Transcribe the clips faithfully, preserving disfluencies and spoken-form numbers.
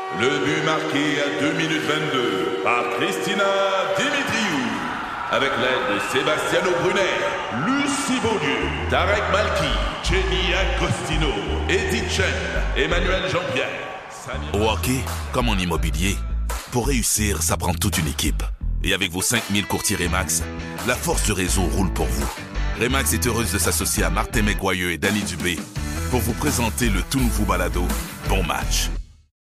Le but marqué à deux minutes vingt-deux par Christina Dimitriou. Avec l'aide de Sebastiano Brunet, Lucie Beaulieu, Tarek Malki, Jenny Agostino, Edith Chen, Emmanuel Jean-Pierre. Samir... Au hockey, comme en immobilier, pour réussir, ça prend toute une équipe. Et avec vos cinq mille courtiers Remax, la force du réseau roule pour vous. Remax est heureuse de s'associer à Martin McGuire et Danny Dubé pour vous présenter le tout nouveau balado Bon Match.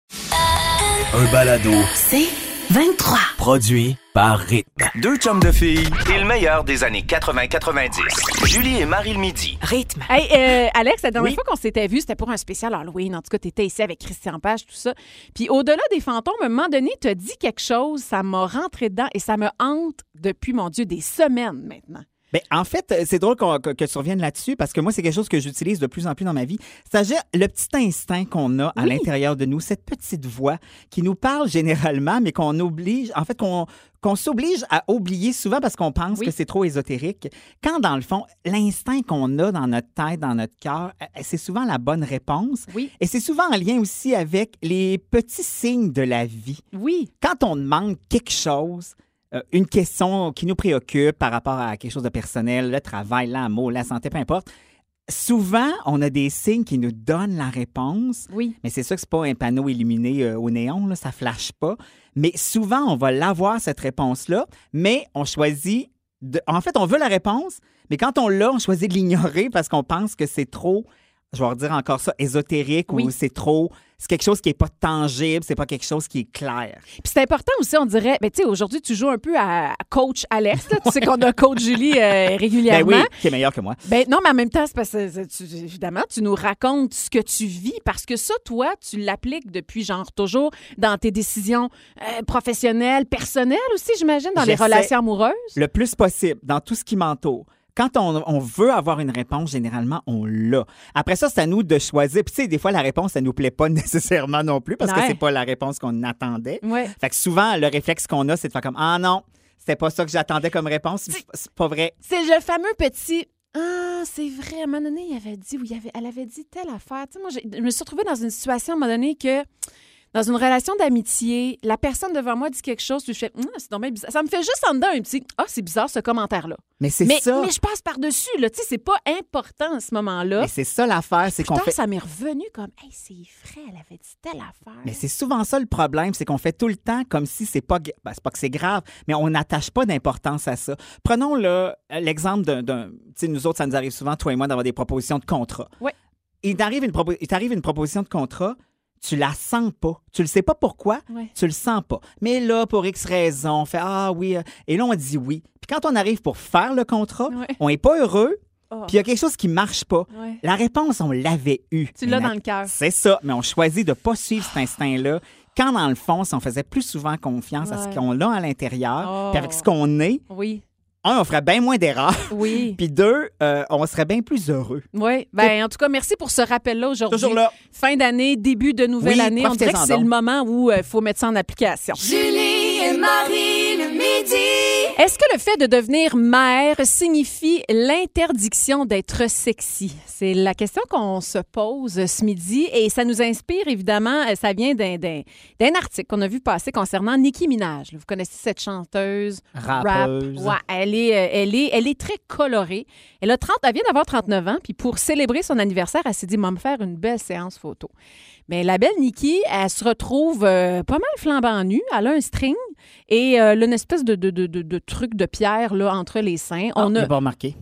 Un balado. C'est vingt-trois. Produit par Rythme. Deux chums de filles et le meilleur des années quatre-vingts quatre-vingt-dix. Julie et Marie le midi. Rythme. Hey, euh, Alex, la dernière Oui. fois qu'on s'était vu, c'était pour un spécial Halloween. En tout cas, tu étais ici avec Christian Page, tout ça. Puis au-delà des fantômes, à un moment donné, tu as dit quelque chose, ça m'a rentré dedans et ça me hante depuis, mon Dieu, des semaines maintenant. Ben, en fait, c'est drôle qu'on- que, que tu reviennes là-dessus parce que moi, c'est quelque chose que j'utilise de plus en plus dans ma vie. C'est-à-dire le petit instinct qu'on a à Oui. l'intérieur de nous, cette petite voix qui nous parle généralement, mais qu'on oblige, en fait, qu'on qu'on s'oblige à oublier souvent parce qu'on pense Oui. que c'est trop ésotérique. Quand, dans le fond, l'instinct qu'on a dans notre tête, dans notre cœur, euh, c'est souvent la bonne réponse. Oui. Et c'est souvent en lien aussi avec les petits signes de la vie. Oui. Quand on demande quelque chose, euh, une question qui nous préoccupe par rapport à quelque chose de personnel, le travail, l'amour, la santé, peu importe, souvent, on a des signes qui nous donnent la réponse. Oui. Mais c'est sûr que c'est pas un panneau illuminé euh, au néon, là, ça flash pas. Mais souvent, on va l'avoir, cette réponse-là, mais on choisit... De... En fait, on veut la réponse, mais quand on l'a, on choisit de l'ignorer parce qu'on pense que c'est trop... Je vais redire encore ça, ésotérique Oui. ou c'est trop... C'est quelque chose qui n'est pas tangible, c'est pas quelque chose qui est clair. Puis c'est important aussi, on dirait, ben, tu sais, aujourd'hui, tu joues un peu à coach Alex. Là. Tu sais qu'on a coach Julie euh, Ben régulièrement. oui, qui est meilleur que moi. Ben non, mais en même temps, c'est parce que tu- évidemment, tu nous racontes ce que tu vis parce que ça, toi, tu l'appliques depuis genre toujours dans tes décisions euh, professionnelles, personnelles aussi, j'imagine, dans les J'essaie- relations amoureuses. Le plus possible, dans tout ce qui m'entoure. Quand on, on veut avoir une réponse, généralement, on l'a. Après ça, c'est à nous de choisir. Puis, tu sais, des fois, la réponse, ça ne nous plaît pas nécessairement non plus parce que Ouais. c'est pas la réponse qu'on attendait. Ouais. Fait que souvent, le réflexe qu'on a, c'est de faire comme « Ah non, c'était pas ça que j'attendais comme réponse. C'est- C'est pas vrai. C'est le fameux petit. Ah, c'est vrai. À un moment donné, il avait dit, ou il avait, elle avait dit telle affaire. Tu sais, moi, j'ai- je me suis retrouvée dans une situation à un moment donné que, dans une relation d'amitié, la personne devant moi dit quelque chose, puis je fais, Hum, c'est donc bien bizarre. Ça me fait juste en dedans un petit, ah, c'est bizarre ce commentaire-là. » Mais c'est Mais, ça. mais je passe par-dessus, là. Tu sais, c'est pas important à ce moment-là. Mais c'est ça l'affaire, c'est qu'on Putain, fait... ça m'est revenu comme, hey, c'est vrai, elle avait dit telle affaire. Mais c'est souvent ça le problème, c'est qu'on fait tout le temps comme si c'est pas... gra- Ben, c'est pas que c'est grave, mais on n'attache pas d'importance à ça. Prenons le- l'exemple d'un... d'un- Tu sais, nous autres, ça nous arrive souvent, toi et moi, d'avoir des propositions de contrat. Ouais. Il t'arrive une, propo- il t'arrive une proposition de contrat, tu la sens pas. Tu le sais pas pourquoi, Ouais. tu le sens pas. Mais là, pour X raisons, on fait « Ah oui... euh, » Et là, on dit oui. Puis quand on arrive pour faire le contrat, Ouais. on n'est pas heureux, Oh. puis il y a quelque chose qui marche pas. Ouais. La réponse, on l'avait eue. Tu l'as Mais dans le cœur. C'est ça, mais on choisit de ne pas suivre cet instinct-là. Quand, dans le fond, si on faisait plus souvent confiance à ce Ouais. qu'on a à l'intérieur, Oh. puis avec ce qu'on est, Oui, un, on ferait bien moins d'erreurs, oui. puis deux, euh, on serait bien plus heureux. Oui, ben en tout cas, merci pour ce rappel-là aujourd'hui. Toujours là. Fin d'année, début de nouvelle Oui, année. On dirait que profitez-en c'est donc. le moment où il faut mettre ça en application. Julie et Marie le midi. Est-ce que le fait de devenir mère signifie l'interdiction d'être sexy? C'est la question qu'on se pose ce midi et ça nous inspire évidemment, euh, ça vient d'un, d'un, d'un article qu'on a vu passer concernant Nicki Minaj. Vous connaissez cette chanteuse Rappeuse. rap? Ouais, elle est, euh, elle est, elle est très colorée. Elle a trente, elle vient d'avoir trente-neuf ans, puis pour célébrer son anniversaire, elle s'est dit, moi, me faire une belle séance photo. Mais la belle Nicki, elle se retrouve euh, pas mal flambant nue. Elle a un string et euh, là, une espèce de, de, de, de, de truc de pierre là, entre les seins. On On n'a a... pas remarqué.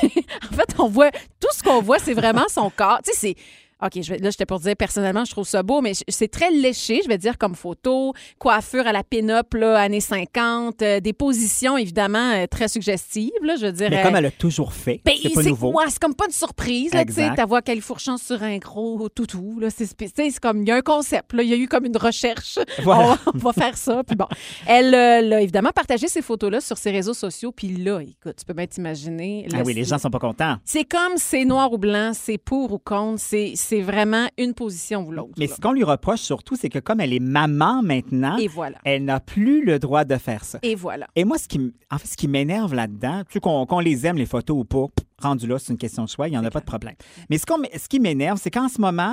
En fait, on voit... Tout ce qu'on voit, c'est vraiment son corps. Tu sais, c'est... OK, je vais, là, j'étais pour dire, personnellement, je trouve ça beau, mais c'est très léché, je vais dire, comme photo, coiffure à la pin-up, là, années cinquante, euh, des positions, évidemment, euh, très suggestives, là, je veux dire. Mais euh, comme elle a toujours fait, ben, c'est pas nouveau. ouais, c'est comme pas une surprise, là, tu sais, Exact. ta voix califourchant sur un gros toutou, là, c'est, spé- tu sais, c'est comme, il y a un concept, là, il y a eu comme une recherche. Voilà. On, on va faire ça, puis bon. Elle euh, a évidemment partagé ces photos-là sur ses réseaux sociaux, puis là, écoute, tu peux bien t'imaginer. Ah le- oui, les gens sont pas contents. C'est comme c'est noir ou blanc, c'est pour ou contre, c'est, c'est vraiment une position ou l'autre. Mais là. ce qu'on lui reproche surtout, c'est que comme elle est maman maintenant, Et voilà. elle n'a plus le droit de faire ça. Et voilà. Et moi, ce qui, m- en fait, ce qui m'énerve là-dedans, tu sais, qu'on, qu'on les aime, les photos ou pas, pff, rendu là, c'est une question de choix, il n'y en a pas de problème. Mais ce, qu'on, m- ce qui m'énerve, c'est qu'en ce moment,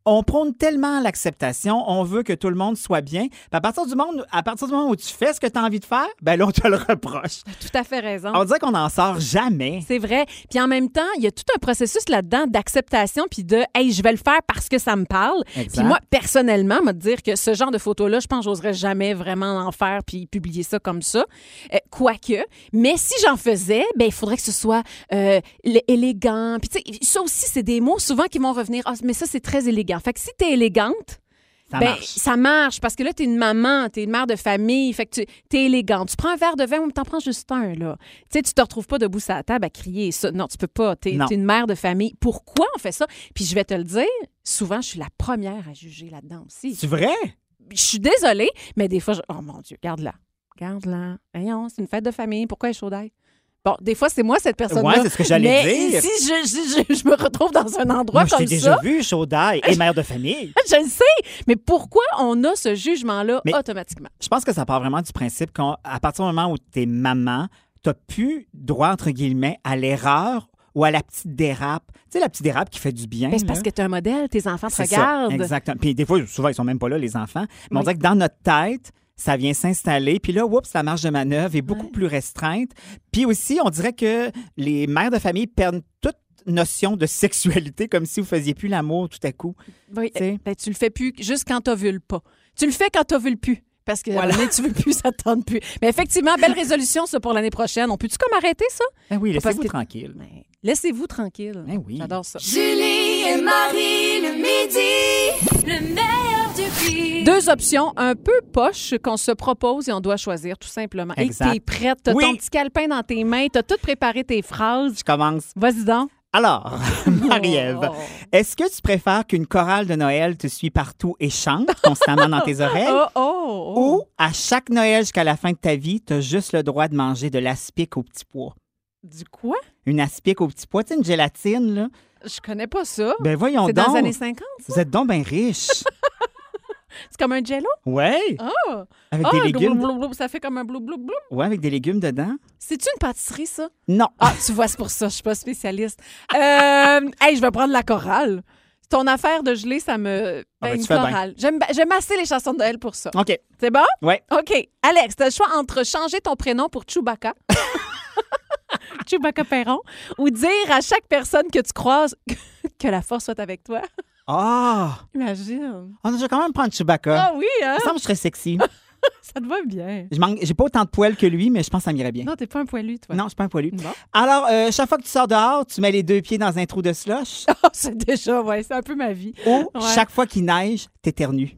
On prône tellement l'acceptation, on veut que tout le monde soit bien. Puis à partir du monde, à partir du moment où tu fais ce que tu as envie de faire, ben là, on te le reproche. Tout à fait raison. On dirait qu'on n'en sort jamais. C'est vrai. Puis en même temps, il y a tout un processus là-dedans d'acceptation puis de « hey, je vais le faire parce que ça me parle ». Puis moi, personnellement, me dire que ce genre de photos-là, je pense que j'oserais jamais vraiment en faire puis publier ça comme ça. Euh, quoique. Mais si j'en faisais, ben il faudrait que ce soit euh, élégant. Puis tu sais, ça aussi, c'est des mots souvent qui vont revenir. Ah, mais ça, c'est très élégant. Fait que si t'es élégante, ça ben, marche. Ça marche parce que là, t'es une maman, t'es une mère de famille, fait que tu t'es élégante. Tu prends un verre de vin, mais t'en prends juste un, là. Tu sais, tu te retrouves pas debout sur la table à crier ça. Non, tu peux pas. T'es, t'es une mère de famille. Pourquoi on fait ça? Puis je vais te le dire, souvent, je suis la première à juger là-dedans aussi. C'est vrai? Je suis désolée, mais des fois, je... oh mon Dieu, regarde-la. Regarde-la. Voyons, c'est une fête de famille. Pourquoi elle est chaude d'ail? Bon, des fois, c'est moi, cette personne-là. Oui, c'est ce que j'allais mais dire. si je, je, je, je me retrouve dans un endroit moi, comme ça... je t'ai déjà vu, chaud d'ail et mère de famille. Je le sais, mais pourquoi on a ce jugement-là mais automatiquement? Je pense que ça part vraiment du principe qu'à partir du moment où tu es maman, tu n'as plus droit, entre guillemets, à l'erreur ou à la petite dérape. Tu sais, la petite dérape qui fait du bien. Ben, c'est parce que tu es un modèle, tes enfants te c'est regardent. Ça, exactement. Puis des fois, souvent, ils sont même pas là, les enfants. Mais oui. on dirait que dans notre tête, ça vient s'installer. Puis là, oups, la marge de manœuvre est beaucoup ouais. plus restreinte. Puis aussi, on dirait que les mères de famille perdent toute notion de sexualité, comme si vous faisiez plus l'amour tout à coup. Oui, ben, tu le fais plus juste quand tu le pas. Tu le fais quand tu le plus. Parce que voilà. tu veux plus, ça te tente plus. Mais effectivement, belle résolution, ça, pour l'année prochaine. On peut-tu comme arrêter ça? Ben oui, laissez-vous que... tranquille. Ben, laissez-vous tranquille. Ben oui. J'adore ça. Julie et Marie, le midi, le meilleur du pire. Deux options un peu poches qu'on se propose et on doit choisir, tout simplement. Exact. Et t'es prête, t'as oui. ton petit calepin dans tes mains, t'as tout préparé tes phrases. Je commence. Vas-y donc. Alors, Marie-Ève, oh. est-ce que tu préfères qu'une chorale de Noël te suit partout et chante constamment dans tes oreilles? Oh, oh, oh. Ou à chaque Noël jusqu'à la fin de ta vie, tu as juste le droit de manger de l'aspic au petit pois? Du quoi? Une aspic au petit pois, tu sais, une gélatine, là. Je connais pas ça. Ben voyons C'est donc. dans les années cinquante, ça? Vous êtes donc bien riche. C'est comme un jello? Oui. Oh. Avec oh, des légumes. Blou, blou, blou, ça fait comme un blou, blou, blou. Oui, avec des légumes dedans. C'est-tu une pâtisserie, ça? Non. Ah, tu vois, c'est pour ça. Je suis pas spécialiste. Euh, hey, je vais prendre la chorale. Ton affaire de gelée, ça me... Ah ben, une tu fais chorale. J'aime, j'aime assez les chansons de Noël pour ça. OK. C'est bon? Oui. OK. Alex, tu as le choix entre changer ton prénom pour Chewbacca. Chewbacca Perron. Ou dire à chaque personne que tu croises que la force soit avec toi. Ah! Imagine. Oh, je vais quand même prendre Chewbacca. Ah oui, hein? Il me semble que je serais sexy. Ça te va bien. Je manque, j'ai pas autant de poils que lui, mais je pense que ça m'irait bien. Non, t'es pas un poilu, toi. Non, je suis pas un poilu. Bon. Alors, euh, chaque fois que tu sors dehors, tu mets les deux pieds dans un trou de slush. Oh, c'est déjà, ouais, c'est un peu ma vie. Ou Ouais. chaque fois qu'il neige, t'éternues.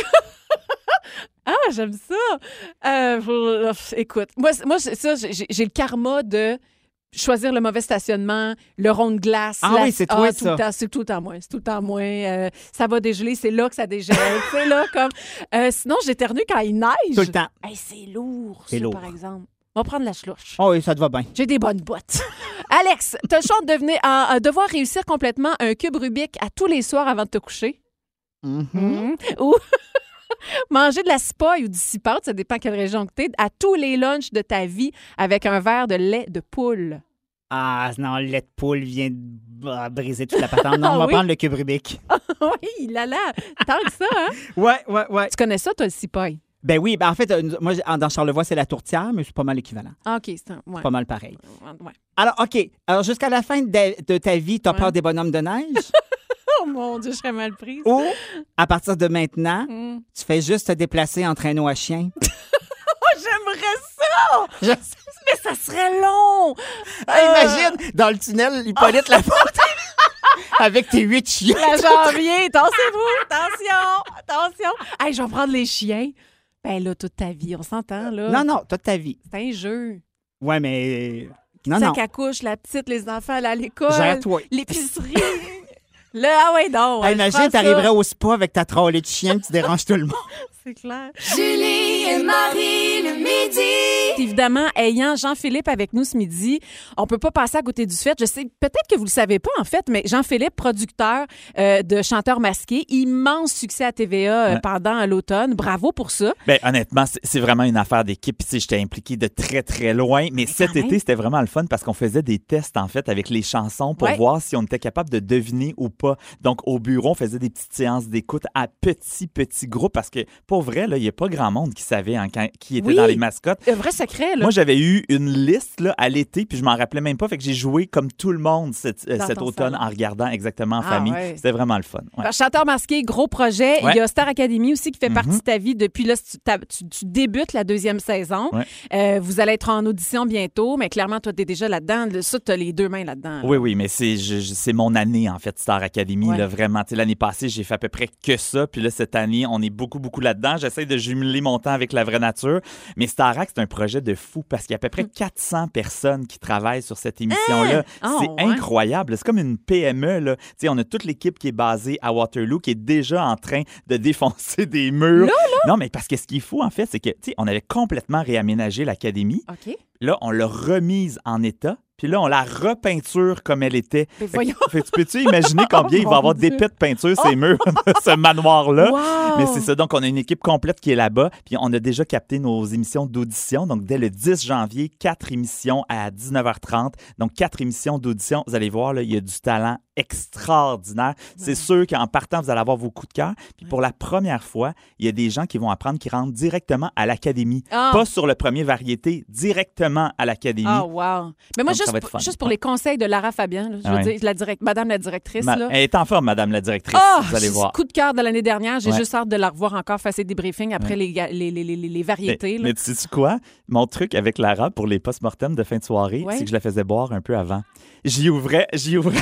Ah, j'aime ça. Euh, faut- écoute, moi, c'est- moi c'est ça, j'ai, j'ai le karma de choisir le mauvais stationnement, le rond de glace. Ah la- oui, c'est toi, tout ça. le temps, c'est tout le temps moins. C'est tout le temps moins. Euh, ça va dégeler, c'est là que ça dégèle. tu sais, là, comme. Euh, sinon, j'éternue quand il neige. Tout le temps. Hey, c'est lourd, C'est ça, lourd. par exemple. On va prendre la chlouche. Oh oui, ça te va bien. J'ai des bonnes bottes. Alex, t'as le choix de devenir, à, à devoir réussir complètement un cube Rubik à tous les soirs avant de te coucher. Mhm. Mhm. Ou manger de la cipaille ou du cipote, ça dépend quelle région que t'es, à tous les lunchs de ta vie avec un verre de lait de poule. Ah non, le lait de poule vient de bah, briser toute la patente. Non, on Ah va oui? prendre le cube Rubik. Oui, là là, tant que ça, hein? Ouais, ouais, ouais. Tu connais ça, toi, le cipaille? Ben oui, ben en fait, euh, moi, dans Charlevoix, c'est la tourtière, mais c'est pas mal équivalent. Ah, OK, c'est un... Ouais. Pas mal pareil. Ouais. Alors, OK. Alors, jusqu'à la fin de, de ta vie, t'as Ouais. peur des bonhommes de neige? Oh mon Dieu, je serais mal prise. Ou, à partir de maintenant, Mm. tu fais juste te déplacer en traîneau à chien? Oh, j'aimerais ça! Je- Mais ça serait long! Hey, Euh, imagine, dans le tunnel, Hippolyte Laporte, avec tes huit chiens. La janvier, attention-vous, attention, attention. Hey, je vais prendre les chiens. Ben là, toute ta vie, on s'entend, là. Non, non, toute ta vie. C'est un jeu. Ouais, mais... Non, non. Sac à couche, la petite, les enfants aller à l'école. Gère-toi. L'épicerie. Là, ah ouais, non. Hey, je imagine, prends ça. t'arriverais au spa avec ta trolley de chien, tu déranges tout le monde. C'est clair. Julie et Marie le midi. Évidemment, ayant Jean-Philippe avec nous ce midi, on peut pas passer à côté du fait. Je sais, peut-être que vous le savez pas en fait, mais Jean-Philippe, producteur euh, de Chanteurs masqués, immense succès à T V A euh, Ouais. pendant l'automne. Bravo pour ça. Ben, honnêtement, c'est, c'est vraiment une affaire d'équipe. Puis, tu sais, j'étais impliqué de très, très loin. Mais, cet quand même. été, c'était vraiment le fun parce qu'on faisait des tests, en fait, avec les chansons pour Ouais. voir si on était capable de deviner ou pas. Donc, au bureau, on faisait des petites séances d'écoute à petits, petits groupes parce que, pour vrai, là, il n'y a pas grand monde qui savait hein, quand- qui était Oui. dans les mascottes. Un vrai secret, là. Moi, j'avais eu une liste là, à l'été, puis je m'en rappelais même pas. Fait que j'ai joué comme tout le monde cet, euh, Dans cet ton automne salon. en regardant exactement en Ah, famille. ouais. C'était vraiment le fun. Ouais. Alors, Chanteur masqué, gros projet. Ouais. Il y a Star Academy aussi qui fait Mhm. partie de ta vie depuis là. Tu, t'as- tu- tu débutes la deuxième saison. Ouais. Euh, vous allez être en audition bientôt, mais clairement, toi, tu es déjà là-dedans. Le- Ça, tu as les deux mains là-dedans. là. Oui, oui, mais c'est, je- je- c'est mon année, en fait, Star Academy. Ouais. Là, vraiment. Tu sais, l'année passée, j'ai fait à peu près que ça. Puis là, cette année, on est beaucoup, beaucoup là-dedans. J'essaie de jumeler mon temps avec la vraie nature. Mais Starac, c'est un projet de fou parce qu'il y a à peu près quatre cents personnes qui travaillent sur cette émission-là. Ah, c'est ouais. incroyable. C'est comme une P M E. Là. Tu sais, on a toute l'équipe qui est basée à Waterloo qui est déjà en train de défoncer des murs. Non, mais parce que ce qui est fou, en fait, c'est que, tu sais, on avait complètement réaménagé l'académie. OK. Là, on l'a remise en état. Puis là, on la repeinture comme elle était. Mais Fait que- voyons. fait que tu peux-tu imaginer combien Oh, il va mon y avoir Dieu. d'épais de peinture ces murs de ce manoir-là? Wow! Mais c'est ça. Donc, on a une équipe complète qui est là-bas. Puis on a déjà capté nos émissions d'audition. Donc, dès le dix janvier, quatre émissions à dix-neuf heures trente. Donc, quatre émissions d'audition. Vous allez voir, là, il y a du talent extraordinaire. C'est sûr qu'en partant, vous allez avoir vos coups de cœur. Puis pour la première fois, il y a des gens qui vont apprendre qui rentrent directement à l'académie. Ah. Pas sur le premier variété, directement à l'académie. Ah, wow. Mais moi, Donc, ça juste, va être fun. juste pour Ouais. les conseils de Lara Fabian, là, je veux Ouais. dire, la direct, Madame la directrice, Ma- là. Elle est en forme, Madame la directrice. Ah! vous allez voir. Coup de cœur de l'année dernière. J'ai Ouais. juste hâte de la revoir encore faire ses débriefings après les, ga- les, les, les, les variétés. Mais, là. mais tu sais quoi? Mon truc avec Lara pour les post-mortem de fin de soirée, Ouais. c'est que je la faisais boire un peu avant. J'y ouvrais, j'y ouvrais.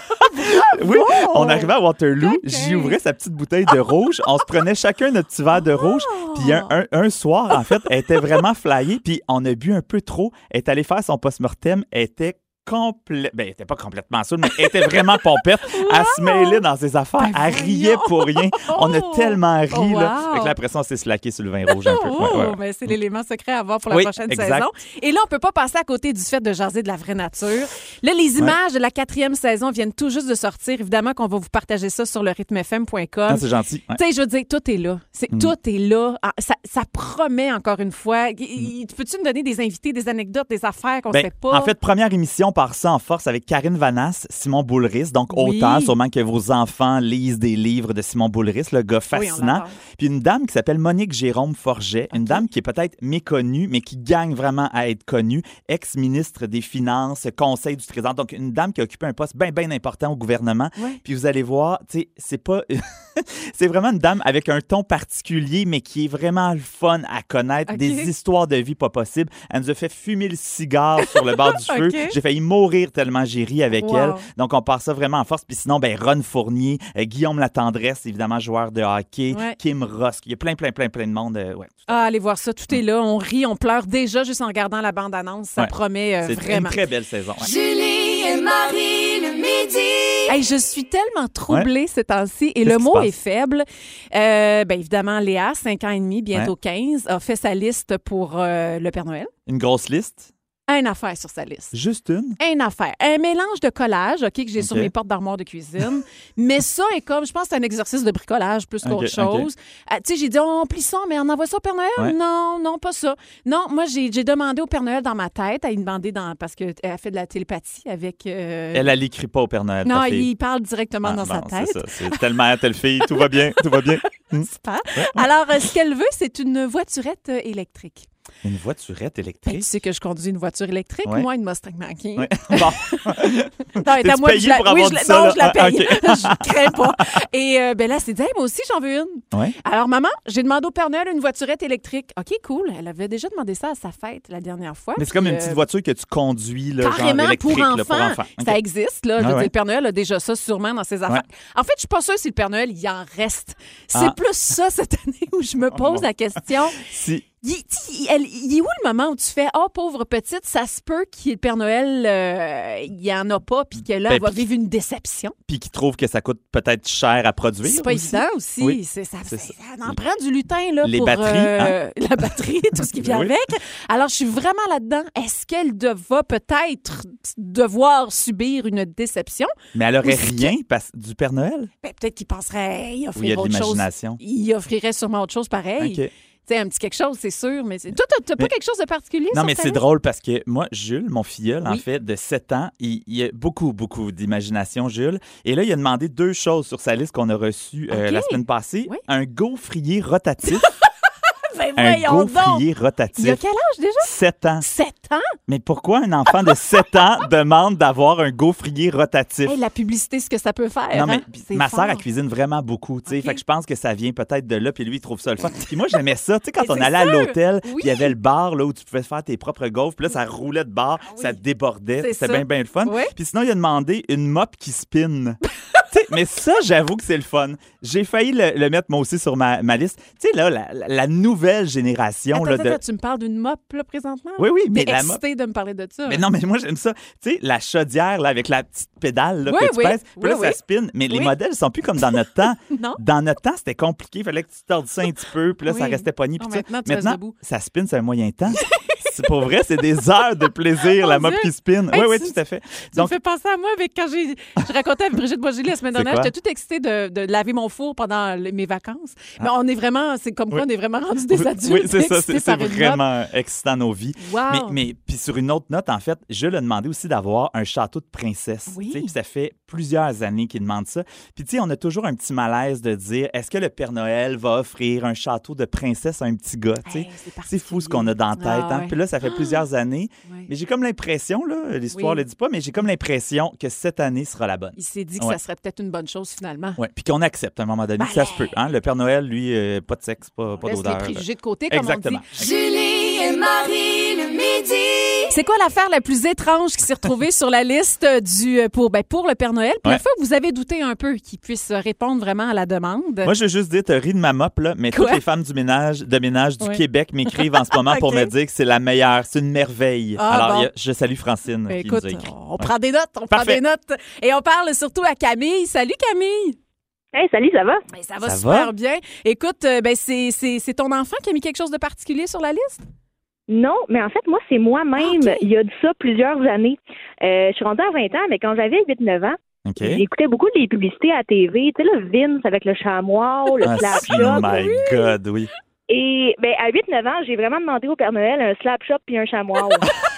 Oui, on arrivait à Waterloo, Ok. j'y ouvrais sa petite bouteille de rouge, on se prenait chacun notre petit verre de rouge, puis un, un, un soir, en fait, elle était vraiment flyée, puis on a bu un peu trop, elle est allée faire son post-mortem, elle était complètement, ben, elle était pas complètement saoule, mais elle était vraiment pompette, elle se mêlait dans ses affaires, Ben elle riait voyons. pour rien, on a Oh. tellement ri, Oh, là, wow. fait que là, après ça, on s'est slacké sur le vin rouge un peu. Oh, Ouais, ouais, ouais. mais c'est l'élément secret à voir pour la Oui, prochaine exact. saison. Et là, on peut pas passer à côté du fait de jaser de la vraie nature. Là, les images de la quatrième saison viennent tout juste de sortir. Évidemment qu'on va vous partager ça sur le rythme f m point com. Ah, c'est gentil. Ouais. Tu sais, je veux dire, tout est là. C'est, Mm. Tout est là. Ah, Ça, ça promet encore une fois. Y- y- Peux-tu me donner des invités, des anecdotes, des affaires qu'on Ben, sait pas? en fait, première émission par ça en force avec Karine Vanasse, Simon Boulris. Donc, Oui. autant, sûrement que vos enfants lisent des livres de Simon Boulris, le gars Oui, on fascinant. l'adore. Puis une dame qui s'appelle Monique Jérôme Forget, une dame qui est peut-être méconnue, mais qui gagne vraiment à être connue, ex-ministre des Finances, conseil du Trésor. Donc, une dame qui a occupé un poste bien, bien important au gouvernement. Ouais. Puis vous allez voir, tu sais, c'est pas... c'est vraiment une dame avec un ton particulier, mais qui est vraiment le fun à connaître, OK. des histoires de vie pas possibles. Elle nous a fait fumer le cigare sur le bord du feu. OK. J'ai failli mourir tellement j'ai ri avec Wow. elle. Donc, on part ça vraiment en force. Puis sinon, ben Ron Fournier, euh, Guillaume Latendresse, évidemment, joueur de hockey, Ouais. Kim Rosk. Il y a plein, plein, plein, plein de monde. euh, ouais. Ah, allez voir ça. Tout est là. On rit, on pleure déjà juste en regardant la bande-annonce. Ça Ouais. promet euh, C'est vraiment. une très belle saison. ouais. Julie et Marie le midi. Hey, je suis tellement troublée ces temps-ci et Qu'est-ce le qui mot se passe? est faible. Euh, ben évidemment, Léa, cinq ans et demi, bientôt quinze, a fait sa liste pour euh, le Père Noël. Une grosse liste. Une affaire sur sa liste. Juste une. Une affaire. Un mélange de collage, OK, que j'ai sur OK. mes portes d'armoire de cuisine. Mais ça est comme, je pense que c'est un exercice de bricolage plus qu'autre OK, chose. Euh, tu sais, j'ai dit, on plie ça, mais on envoie ça au Père Noël? Ouais. Non, non, pas ça. Non, moi, j'ai j'ai demandé au Père Noël dans ma tête, à lui demander dans, parce qu'elle a fait de la télépathie avec... euh, Elle, elle écrit pas au Père Noël. non, ta fille. il parle directement Ah, dans sa bon, tête. C'est ça. C'est telle mère, telle fille. Tout va bien. Tout va bien. Hmm. Super. Alors, euh, ce qu'elle veut, c'est une voiturette euh, électrique. Une voiturette Ben, tu électrique. sais que je conduis une voiture électrique, Ouais. moi, une Mustang Mach-E. Ouais. Bon. Non, elle est à T'es-tu moi, payé je la- pour oui, avoir je la- dit ça, non, là? je la Ah, paye. OK. Je crains pas. Et euh, ben là, c'est dit, hey, moi aussi, j'en veux une. Ouais. Alors, maman, j'ai demandé au Père Noël une voiturette électrique. OK, cool. Elle avait déjà demandé ça à sa fête la dernière fois. Mais c'est puis, comme une euh, petite voiture que tu conduis, là, genre Carrément électrique, pour enfants. là, pour enfants. OK. Ça existe, là. Je veux Ah dire, ouais. le Père Noël a déjà ça sûrement dans ses affaires. En fait, je suis pas sûre si le Père Noël, il en reste. C'est Ah. plus ça cette année où je me pose bon. la question. Si, Il, il, elle- il est où le moment où tu fais « Oh, pauvre petite, ça se peut que le Père Noël, euh, il n'y en a pas, puis que là, Ben, elle va puis- vivre une déception. Puis qui trouve que ça coûte peut-être cher à » produire. C'est pas aussi. évident aussi. Oui, c'est, ça, c'est ça, ça. ça en prend du lutin là, Les pour batteries, euh, la batterie, tout ce qui vient Oui. avec. Alors, je suis vraiment là-dedans. Est-ce qu'elle de- va peut-être devoir subir une déception? Mais elle aurait Ou ce rien parce- du Père Noël? Ben, peut-être qu'il penserait il Ou il y a offrirait de autre chose. l'imagination? Il offrirait sûrement autre chose pareil. OK. Tu sais, un petit quelque chose, c'est sûr. Mais c'est... Toi, t'as, t'as pas Mais- quelque chose de particulier Non, sur mais ta c'est liste? drôle parce que moi, Jules, mon filleul, en Oui. fait, de sept ans, il, il a beaucoup, beaucoup d'imagination, Jules. Et là, il a demandé deux choses sur sa liste qu'on a reçue euh, OK. la semaine passée. Oui. Un gaufrier rotatif. Ben, un voyons donc! gaufrier Il y a rotatif. quel âge déjà? sept ans. sept ans? Mais pourquoi un enfant de sept ans demande d'avoir un gaufrier rotatif? Hey, la publicité, ce que ça peut faire. Non, mais hein? puis C'est ma sœur, fort. elle cuisine vraiment beaucoup, tu sais. OK. Fait que je pense que ça vient peut-être de là, puis lui, il trouve ça le fun. Puis moi, j'aimais ça. Tu sais, quand Mais on c'est allait à sûr. l'hôtel, Oui. puis il y avait le bar là, où tu pouvais faire tes propres gaufres, puis là, ça roulait de bar, Ah oui. ça débordait. C'est C'était ça. bien, bien le fun. Oui. Puis sinon, il a demandé une mop qui spin. Tu sais, mais ça, j'avoue que c'est le fun. J'ai failli le, le mettre moi aussi sur ma, ma liste. Tu sais, là, la, la- la nouvelle génération. Attends, là, attends, de... attends, tu me parles d'une mop, là, présentement? Oui, oui, mais T'es la mop. excitée de me parler de ça. Mais non, mais moi, j'aime ça. Tu sais, la chaudière, là, avec la petite pédale là, Oui, que tu oui. pèses. Puis là, Oui, ça oui. spin. Mais les Oui. modèles sont plus comme dans notre temps. Non? Dans notre temps, c'était compliqué. Il fallait que tu tordes ça un petit peu. Puis là, ça Oui. restait pogné. Puis Non, ça. maintenant, tu restes debout. ça spin, c'est un moyen temps. C'est pour vrai, c'est des heures de plaisir, la Mon mop Dieu. qui spin. Hey, Oui, oui, tu- tout à fait. Tu me fais penser à moi avec quand j'ai je racontais avec Brigitte Boisgeli la semaine C'est dernière, quoi? j'étais toute excitée de, de laver mon four pendant le- mes vacances. Mais on est vraiment, c'est comme quoi Oui. on est vraiment rendus des Oui, adultes. oui, c'est ça, excités c'est c'est par une mop. vraiment excitant nos vies. Wow. Mais, mais puis sur une autre note, en fait, je lui ai demandé aussi d'avoir un château de princesse. Oui. Tu sais, Puis ça fait plusieurs années qu'il demande ça. Puis tu sais, on a toujours un petit malaise de dire, est-ce que le Père Noël va offrir un château de princesse à un petit gars? Tu sais? Hey, c'est C'est fou ce qu'on a dans la tête. Ah, hein. ouais. Puis là, ça fait plusieurs années. Ouais. Mais j'ai comme l'impression, là, l'histoire Oui. ne le dit pas, mais j'ai comme l'impression que cette année sera la bonne. Il s'est dit que Ouais. ça serait peut-être une bonne chose finalement. Ouais. Puis qu'on accepte à un moment donné. Ben ça là. se peut. Hein? Le Père Noël, lui, euh, pas de sexe, pas, pas Laisse d'odeur. les là. préjugés de côté, comme Exactement. on dit. Julie et Marie le midi. C'est quoi l'affaire la plus étrange qui s'est retrouvée sur la liste du pour, ben, pour le Père Noël? Puis la Ouais. fois que vous avez douté un peu qu'il puisse répondre vraiment à la demande. Moi, je veux juste dire, tu ris de ma mop, là, mais Quoi? toutes les femmes du ménage, de ménage du Ouais. Québec m'écrivent en ce moment pour OK. me dire que c'est la meilleure. C'est une merveille. Ah, Alors, bon. il y a- je salue Francine Ben, qui écoute, nous a écrit. on Ouais. prend des notes, on prend Parfait. des notes. Et on parle surtout à Camille. Salut Camille! Hey, salut, ça va? Ben, ça va Ça super va? bien. Écoute, euh, ben, c'est, c'est, c'est ton enfant qui a mis quelque chose de particulier sur la liste? Non, mais en fait, moi, c'est moi-même. Ah, OK. Il y a de ça plusieurs années. Euh, je suis rendue à vingt ans, mais quand j'avais huit neuf ans, OK. j'écoutais beaucoup les publicités à la T V. Tu sais, le Vince avec le chamois, le Ah, slap si, shop. my God, oui. Et ben, à huit neuf ans, j'ai vraiment demandé au Père Noël un slap shop puis un chamois.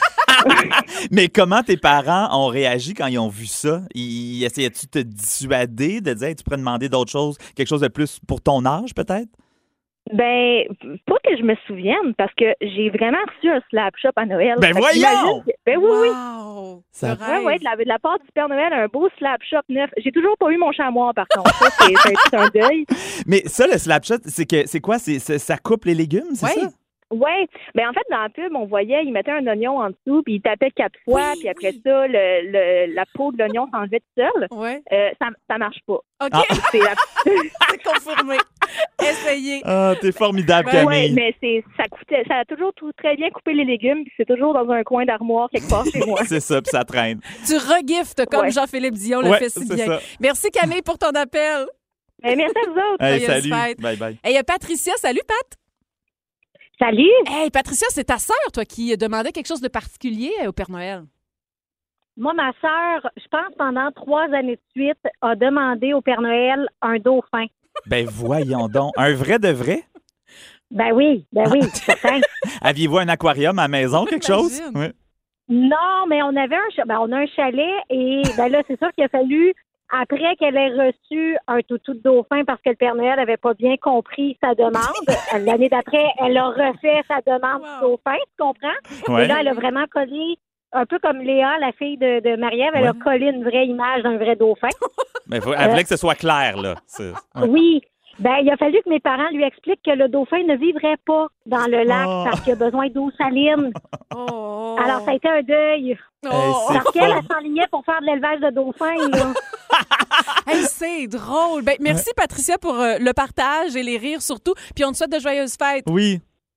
Mais comment tes parents ont réagi quand ils ont vu ça? Ils essayaient-tu de te dissuader, de dire, hey, tu pourrais demander d'autres choses, quelque chose de plus pour ton âge, peut-être? Ben, pas que je me souvienne, parce que j'ai vraiment reçu un slap shop à Noël. Ben Fait que voyons! j'imagine que- Ben oui, oui. Wow! Ça- Ce Ouais, rêve. ouais, de la, de la part du Père Noël, un beau slap shop neuf. J'ai toujours pas eu mon chamois, par contre. Ça, c'est c'est- c'est un deuil. Mais ça, le slapshot, c'est que c'est quoi? C'est, c'est- ça coupe les légumes, c'est Ouais. ça? Ouais, ben en fait dans la pub on voyait il mettait un oignon en dessous puis il tapait quatre fois Oui, puis après oui. ça le, le la peau de l'oignon s'enlevait tout seul. Ouais. Euh, ça ça marche pas. OK, Ah. C'est la... c'est confirmé. Essayez. Ah, t'es formidable, Ben ouais, Camille. mais c'est ça coûtait ça a toujours tout très bien coupé les légumes puis c'est toujours dans un coin d'armoire quelque part chez moi. C'est ça, puis ça traîne. Tu regiftes comme Ouais. Jean-Philippe Dion le Ouais, fait si c'est bien. ça. Merci Camille pour ton appel. Ben, merci à vous autres. Hey, Joyeuse salut. fête. Bye bye. Et il y a Patricia. Salut Pat. Salut. Hey Patricia, c'est ta sœur, toi, qui demandait quelque chose de particulier au Père Noël. Moi, ma sœur, je pense pendant trois années de suite, a demandé au Père Noël un dauphin. Ben voyons donc. Un vrai de vrai? Ben oui, ben oui, certain. Aviez-vous un aquarium à la maison, quelque chose? Imagine. Oui. Non, mais on avait un, cha- ben, on a un chalet et ben là, c'est sûr qu'il a fallu, après qu'elle ait reçu un toutou de dauphin parce que le Père Noël avait pas bien compris sa demande, l'année d'après, elle a refait sa demande Wow. du dauphin, tu comprends? Ouais. Et là, elle a vraiment collé, un peu comme Léa, la fille de, de Marie-Ève, elle a Ouais. collé une vraie image d'un vrai dauphin. Ben, faut- elle voulait que ce soit clair, là. C'est- ouais. Oui. Ben, il a fallu que mes parents lui expliquent que le dauphin ne vivrait pas dans le lac Oh. parce qu'il a besoin d'eau saline. Oh. Alors, ça a été un deuil. Oh. Hey, c'est Parce qu'elle, fun. elle s'enlignait pour faire de l'élevage de dauphins, là. Hey, c'est drôle. Ben, merci Patricia pour euh, le partage et les rires surtout. Puis on te souhaite de joyeuses fêtes. Oui.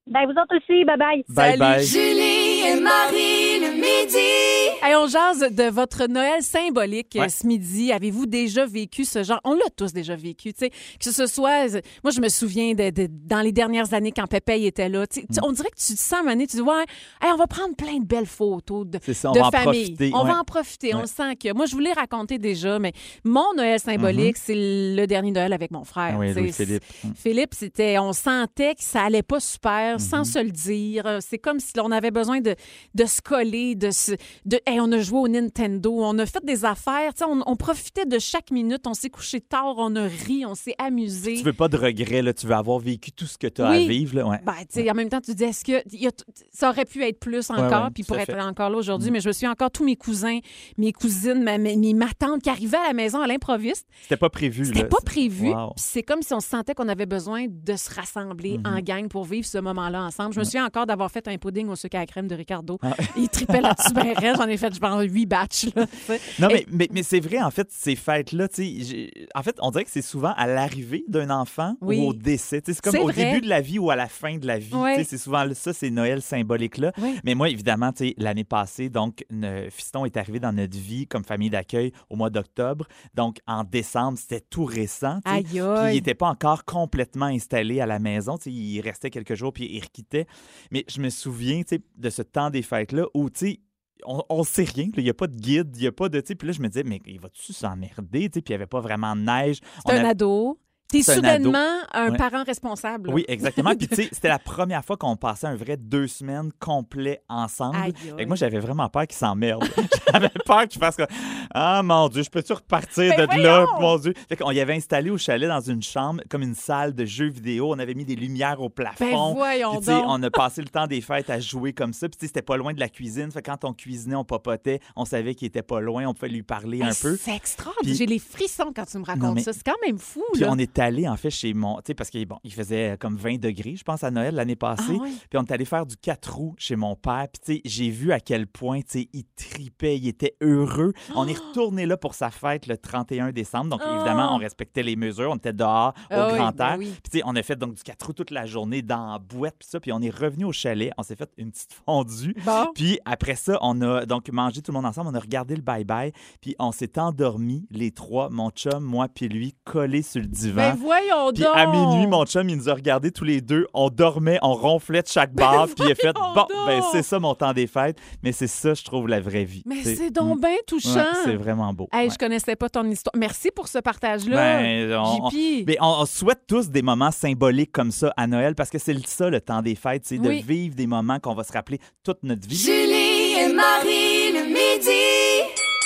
Ben, vous autres aussi. Bye-bye. Bye Salut. bye. Julie et Marie le midi. Hey, on jase de votre Noël symbolique Ouais. euh, ce midi. Avez-vous déjà vécu ce genre? On l'a tous déjà vécu, tu sais. Que ce soit... euh, Moi, je me souviens de, de- dans les dernières années quand Pépé était là. tu sais, tu- On dirait que tu te sens, à un moment donné, tu dis, ouais, hey, on va prendre plein de belles photos de, C'est ça, on de va en famille. profiter, On ouais. va en profiter. On Ouais. le sent que... Moi, je voulais raconter déjà, mais mon Noël symbolique, c'est le dernier Noël avec mon frère. Ah oui, tu sais. Louis-Philippe. Philippe, c'était, on sentait que ça allait pas super, sans se le dire. C'est comme si on avait besoin de, de se coller, de se, de, hey, on a joué au Nintendo, on a fait des affaires, tu sais, on, on profitait de chaque minute, on s'est couché tard, on a ri, on s'est amusé. Tu veux pas de regrets, là. Tu veux avoir vécu tout ce que tu as Oui. à vivre, là. Ouais. Ben, tu sais, en même temps, tu dis, est-ce que il y a t- ça aurait pu être plus encore, ouais, puis tout pour à être fait. encore là aujourd'hui, Mm. mais je me suis encore tous mes cousins, mes cousines, ma, ma, mes- ma tante qui arrivaient à la maison à l'improviste. C'était pas prévu, là. C'était pas prévu. Wow. Puis c'est comme si on sentait qu'on avait besoin de se rassembler Mhm. en gang pour vivre ce moment-là ensemble. Je me souviens encore d'avoir fait un pudding au sucre à la crème de Ricardo. Ah. Il tripait là-dessus ben raide. J'en ai fait, je pense, huit batchs. Là, tu sais. Non, Et- mais, mais, mais c'est vrai, en fait, ces fêtes-là, tu sais, j'ai- en fait, on dirait que c'est souvent à l'arrivée d'un enfant Oui. ou au décès. Tu sais, c'est comme C'est au vrai. début de la vie ou à la fin de la vie. Ouais. Tu sais, c'est souvent ça, ces Noëls symboliques-là. Oui. Mais moi, évidemment, tu sais, l'année passée, donc, ne- Fiston est arrivé dans notre vie comme famille d'accueil au mois d'octobre. Donc, en décembre, c'était tout récent. tu sais. Aïe, Puis il aïe. n'était pas encore complètement installé à la maison. Tu sais, il restait quelques jours, puis il requittait. Mais je me souviens, tu sais, de ce temps des fêtes-là où, tu sais, on, on sait rien. là. Il n'y a pas de guide, il n'y a pas de. tu sais, Puis là, je me disais, mais il va-tu s'emmerder? Tu sais, Puis il n'y avait pas vraiment de neige. C'est On un a- ado. T'es C'est un soudainement ado. un Ouais. parent responsable. Oui, exactement. Puis, tu sais, c'était la première fois qu'on passait un vrai deux semaines complets ensemble. Aïe, Fait aïe. que moi, j'avais vraiment peur qu'il s'emmerde. J'avais peur qu'il fasse comme ah, mon Dieu, je peux-tu repartir Ben de là, voyons! mon Dieu? Fait qu'on y avait installé au chalet dans une chambre, comme une salle de jeux vidéo. On avait mis des lumières au Ben plafond. voyons Puis, tu sais, donc. on a passé le temps des fêtes à jouer comme ça. Puis, tu sais, c'était pas loin de la cuisine. Fait que quand on cuisinait, on papotait. On savait qu'il était pas loin. On pouvait lui parler un Hey, peu. C'est extra. Puis- J'ai les frissons quand tu me racontes Non, mais- ça. C'est quand même fou. Puis là. on est allé, en fait, chez mon... Tu sais, parce qu'il bon, il faisait comme vingt degrés, je pense, à Noël l'année passée. Ah ouais? Puis on est allé faire du quatre roues chez mon père. Puis, tu sais, j'ai vu à quel point, tu sais, il tripait, il était heureux. On est retourné là pour sa fête le trente et un décembre. Donc, Oh! évidemment, on respectait les mesures. On était dehors, au Ah oui, grand ben air. oui. Puis, tu sais, on a fait donc du quatre roues toute la journée dans la boîte, puis ça. Puis, on est revenu au chalet. On s'est fait une petite fondue. Bon. Puis, après ça, on a donc mangé tout le monde ensemble. On a regardé le bye-bye. Puis, on s'est endormis, les trois, mon chum, moi, puis lui, collés sur le divan. Ben voyons Puis donc. à minuit, mon chum, il nous a regardés tous les deux. On dormait, on ronflait de chaque barre. Puis il a fait, voyons bon, donc! ben c'est ça mon temps des fêtes. Mais c'est ça, je trouve, la vraie vie. Mais T'sais. c'est donc Mm. bien touchant. Ouais, c'est vraiment beau. Hey, Ouais. je connaissais pas ton histoire. Merci pour ce partage-là. Ben, on, on- J P. mais on- on souhaite tous des moments symboliques comme ça à Noël parce que c'est ça le temps des fêtes, c'est Oui. de vivre des moments qu'on va se rappeler toute notre vie. Julie et Marie le midi.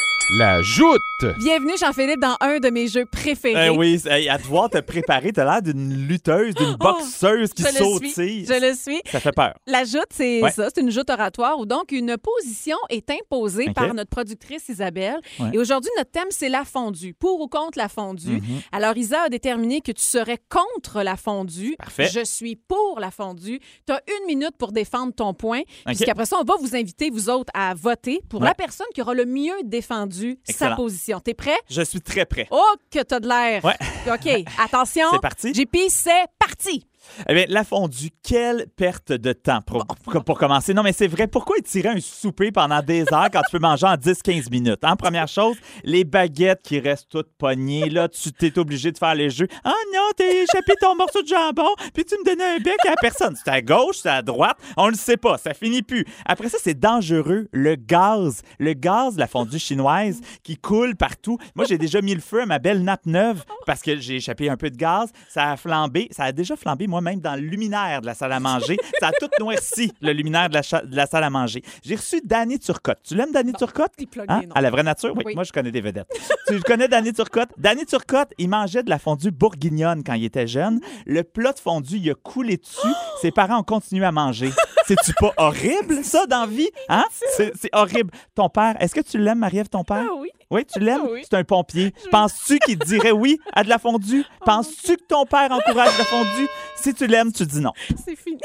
La joute! Bienvenue, Jean-Philippe, dans un de mes jeux préférés. Eh oui, hey, à devoir te préparer, t'as l'air d'une lutteuse, d'une boxeuse qui Oh, je le saute. suis. tu sais. Je le suis. Ça fait peur. La joute, c'est Ouais. ça, c'est une joute oratoire où donc une position est imposée OK. par notre productrice Isabelle. Ouais. Et aujourd'hui, notre thème, c'est la fondue. Pour ou contre la fondue. Mhm. Alors, Isa a déterminé que tu serais contre la fondue. Parfait. Je suis pour la fondue. Tu as une minute pour défendre ton point. Puisqu'après ça, on va vous inviter, vous autres, à voter pour Ouais. la personne qui aura le mieux défendu Excellent. sa position. T'es prêt? Je suis très prêt. Oh, que t'as de l'air! Ouais. OK, attention. C'est parti? J P, c'est parti! Eh bien, la fondue, quelle perte de temps pour, pour, pour commencer. Non, mais c'est vrai. Pourquoi étirer un souper pendant des heures quand tu peux manger en dix quinze minutes? Hein? Première chose, les baguettes qui restent toutes pognées. Là, tu t'es obligé de faire les jeux. Ah non, t'as échappé ton morceau de jambon, puis tu me donnais un bec à la personne. C'est à gauche, c'est à droite. On le sait pas. Ça finit plus. Après ça, c'est dangereux. Le gaz. Le gaz de la fondue chinoise qui coule partout. Moi, j'ai déjà mis le feu à ma belle nappe neuve parce que j'ai échappé un peu de gaz. Ça a flambé. Ça a déjà flambé moi-même dans le luminaire de la salle à manger. Ça a tout noirci, le luminaire de la, cha- de la salle à manger. J'ai reçu Danny Turcotte. Tu l'aimes, Danny Turcotte? il plug Hein? les noms. À la vraie nature? Oui, Oui. moi, je connais des vedettes. Tu connais Danny Turcotte? Danny Turcotte, il mangeait de la fondue bourguignonne quand il était jeune. Le plat de fondue, il a coulé dessus. Ses parents ont continué à manger. C'est-tu pas horrible, ça, dans la vie? Hein? C'est, c'est horrible. Ton père, est-ce que tu l'aimes, Marie-Ève, ton père? Ah oui. Oui, tu l'aimes? Ah oui. C'est un pompier. Penses-tu qu'il te dirait oui à de la fondue? Penses-tu que ton père encourage la fondue? Si tu l'aimes, tu dis non. C'est fini.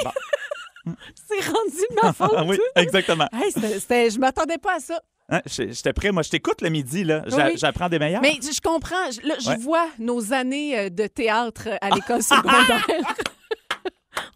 C'est rendu de ma faute. Ah oui, exactement. Hey, c'était, c'était- je m'attendais pas à ça. Hein, je- J'étais prêt. Moi, je t'écoute le midi. Là. J'a- Oui. J'apprends des meilleurs. Mais je je comprends. Je, là, je Ouais. vois nos années euh, de théâtre à l'école secondaire.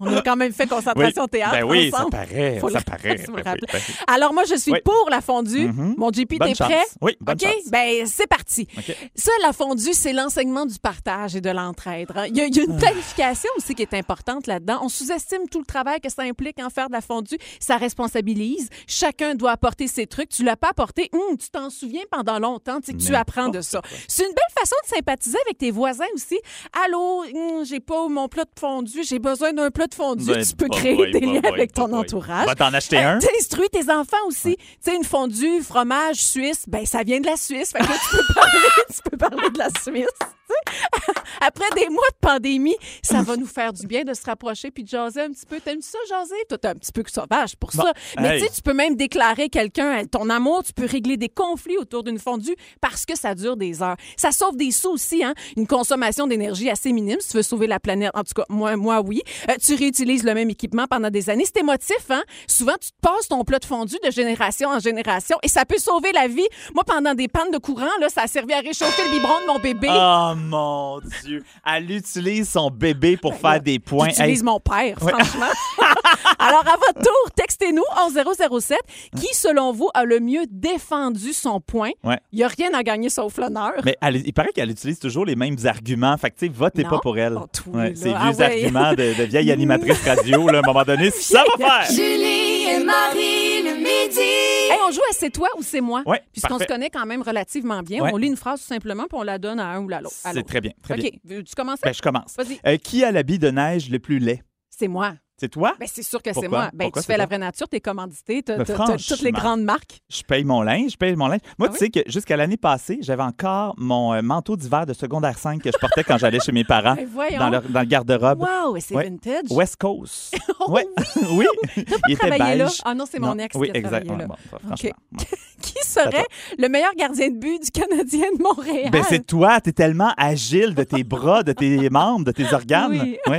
On a quand même fait concentration Oui. théâtre. Ben oui, ensemble. ça paraît. Faut ça le- paraît. se me Ben rappeler. oui, ben oui. Alors, moi, je suis Oui. pour la fondue. Mhm. Mon J P, Bonne t'es chance. prêt? Oui, bonne OK? chance. Ben, c'est parti. OK. Ça, la fondue, c'est l'enseignement du partage et de l'entraide. hein. Il y a, il y a une planification aussi qui est importante là-dedans. On sous-estime tout le travail que ça implique en faire de la fondue. Ça responsabilise. Chacun doit apporter ses trucs. Tu l'as pas apporté. Hum, tu t'en souviens pendant longtemps. Tu sais que tu apprends de ça. C'est une belle façon de sympathiser avec tes voisins aussi. Allô, hum, j'ai pas mon plat de fondue. J'ai besoin d'un plat de fondue. Ben, tu peux bah, créer boy, des bah, liens boy, avec bah, ton boy. entourage. Va t'en acheter un. T'instruis tes enfants aussi. Tu sais, une fondue, fromage, Suisse, ben ça vient de la Suisse. Fait que là, tu peux parler, tu peux parler de la Suisse. tu sais. Après des mois de pandémie, ça va nous faire du bien de se rapprocher puis de jaser un petit peu. T'aimes ça, jaser? Toi, t'es un petit peu sauvage pour Bon, ça. Mais hey. tu sais, tu peux même déclarer quelqu'un ton amour. Tu peux régler des conflits autour d'une fondue parce que ça dure des heures. Ça sauve des sous aussi, hein? Une consommation d'énergie assez minime si tu veux sauver la planète. En tout cas, moi, moi oui. Euh, tu réutilises le même équipement pendant des années. C'est émotif, hein? Souvent, tu te passes ton plat de fondue de génération en génération et ça peut sauver la vie. Moi, pendant des pannes de courant, là, ça a servi à réchauffer le biberon de mon bébé. Oh mon Dieu. Elle utilise son bébé pour faire des points. J'utilise Hey, mon père, franchement. Alors, à votre tour, textez-nous onze zéro zéro sept. Qui, selon vous, a le mieux défendu son point? Ouais. Il n'y a rien à gagner sauf l'honneur. Mais elle- il paraît qu'elle utilise toujours les mêmes arguments. Fait que, tu sais, votez Non. pas pour elle. Oh, toi, Ouais, là. ces Ah vieux ouais. arguments de, de vieille animatrice radio, là, à un moment donné, ça va faire. Julie et Marie le midi. Hey, on joue à C'est toi ou c'est moi? Ouais, Puisqu'on se parfait. connaît quand même relativement bien. Ouais. On lit une phrase tout simplement puis on la donne à un ou à l'autre. à C'est l'autre. très bien, très bien. OK. Veux-tu commencer? Ben, je commence. Vas-y. Euh, qui a l'habit de neige le plus laid? C'est moi. C'est toi? Ben, c'est sûr que c'est Pourquoi? moi. Ben, Pourquoi tu c'est fais la toi? vraie nature, t'es commandité, t'as Ben, t'as- t'as toutes les franchement. grandes marques. Je paye mon linge, je paye mon linge. Moi, Ah tu sais que jusqu'à l'année passée, j'avais encore mon euh, manteau d'hiver de secondaire cinq que je portais quand j'allais chez mes parents Ben, voyons. dans, leur- dans le garde-robe. Wow, et c'est Ouais. vintage. West Coast. Oh, ouais. oui. Il était travaillé là? beige. Ah non, c'est mon ex Oui, qui a exact. travaillé là. Ouais, bon, franchement. OK. Qui serait le meilleur gardien de but du Canadien de Montréal? Ben, c'est toi, t'es tellement agile de tes bras, de tes membres, de tes organes. Oui. Ouais.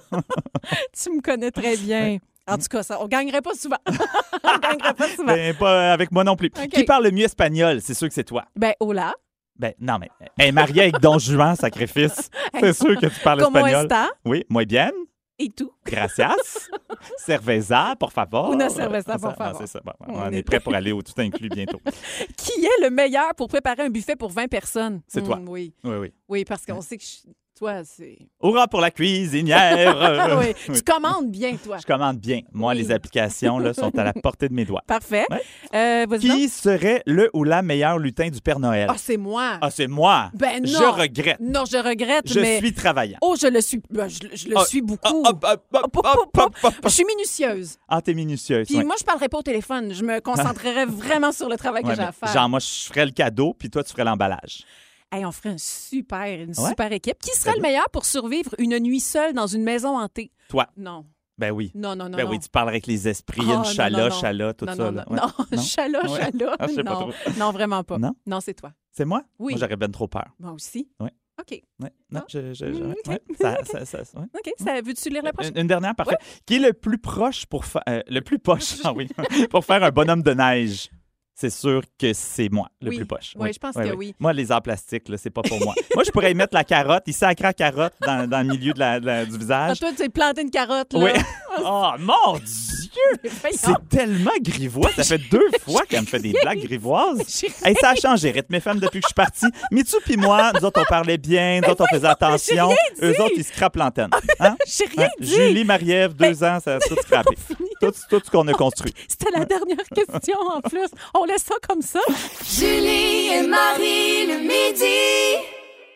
Tu me connais très bien. En tout cas, ça, on gagnerait pas souvent. on gagnerait pas souvent. Ben, pas avec moi non plus. OK. Qui parle le mieux espagnol? C'est sûr que c'est toi. Ben, hola. Ben, non, mais elle est mariée avec Don Juan, sacrifice. C'est sûr que tu parles Como espagnol. está? Oui, muy bien. Et tout. Gracias. Cerveza, por favor. Una cerveza, por Ah, favor. c'est ça. Bon, on, On est, est prêt pour aller au tout inclus bientôt. Qui est le meilleur pour préparer un buffet pour vingt personnes? C'est toi. Hmm, oui. Oui, oui. Oui, parce qu'on sait que je- toi, c'est... Hurrah pour la cuisinière. oui. Oui. Tu commandes bien, toi. Je commande bien. Moi, Oui. les applications là, sont à la portée de mes doigts. Parfait. Ouais. Euh, vas-y donc. Qui serait le ou la meilleur lutin du Père Noël? Ah, c'est moi. Ah, c'est moi. Ben Je non. regrette. Non, je regrette, Je mais... suis travaillant. Oh, je le suis. Ben, je, je le Ah, suis beaucoup. Hop, hop, hop, hop, Hop, hop, hop, hop. hop. Je suis minutieuse. Ah, t'es minutieuse. Puis ouais. moi, je parlerais pas au téléphone. Je me concentrerais vraiment sur le travail Ouais, que j'ai mais à faire. genre, moi, je ferais le cadeau, puis toi, tu ferais l'emballage. Hey, on ferait un super, une Ouais. super équipe. Qui serait Très le meilleur pour survivre une nuit seule dans une maison hantée? Toi. Non. Ben oui. Non, non, non. Ben non. oui, tu parles avec les esprits, Oh, une non, chala, non, non. chala, tout non, ça. non, là. non, Ouais. non. Chala, Ouais. chala. Ah, je sais pas non. trop. non, vraiment pas. Non? Non, c'est toi. C'est moi? Oui. Moi, j'aurais bien trop peur. Moi aussi. Ouais. OK. Ouais. Non, Ah. je, je, je- Mm, ouais. OK. Ouais. Ça, ça, ça, ouais. OK. Ça, veux-tu lire la prochaine? Une, une dernière, parfait. Qui est le plus proche pour faire... euh, le plus poche, ah oui, pour faire un bonhomme de neige? C'est sûr que c'est moi, le Oui. plus poche. Oui, je pense que oui. Moi, les arts plastiques, là, c'est pas pour moi. Moi, je pourrais y mettre la carotte, il sacre la carotte dans, dans le milieu de la, de la- du Ah, visage. toi, tu as planté une carotte, là. Oui. Oh, mon Dieu! Voyons. C'est tellement grivois. Ça fait deux fois qu'elle me fait des blagues grivoises. J'ai Hey, ça a changé, rythme F M, depuis que je suis partie. Mitsu puis moi, nous autres, on parlait bien, nous autres, on faisait attention. j'ai rien Eux dit. autres, ils scrapent l'antenne. Hein? J'ai rien Hein? dit. Julie, Marie-Ève, deux ans, ça a tout scrappé. Tout, tout ce qu'on a construit. C'était la dernière question, en plus. On laisse ça comme ça. Julie et Marie le midi.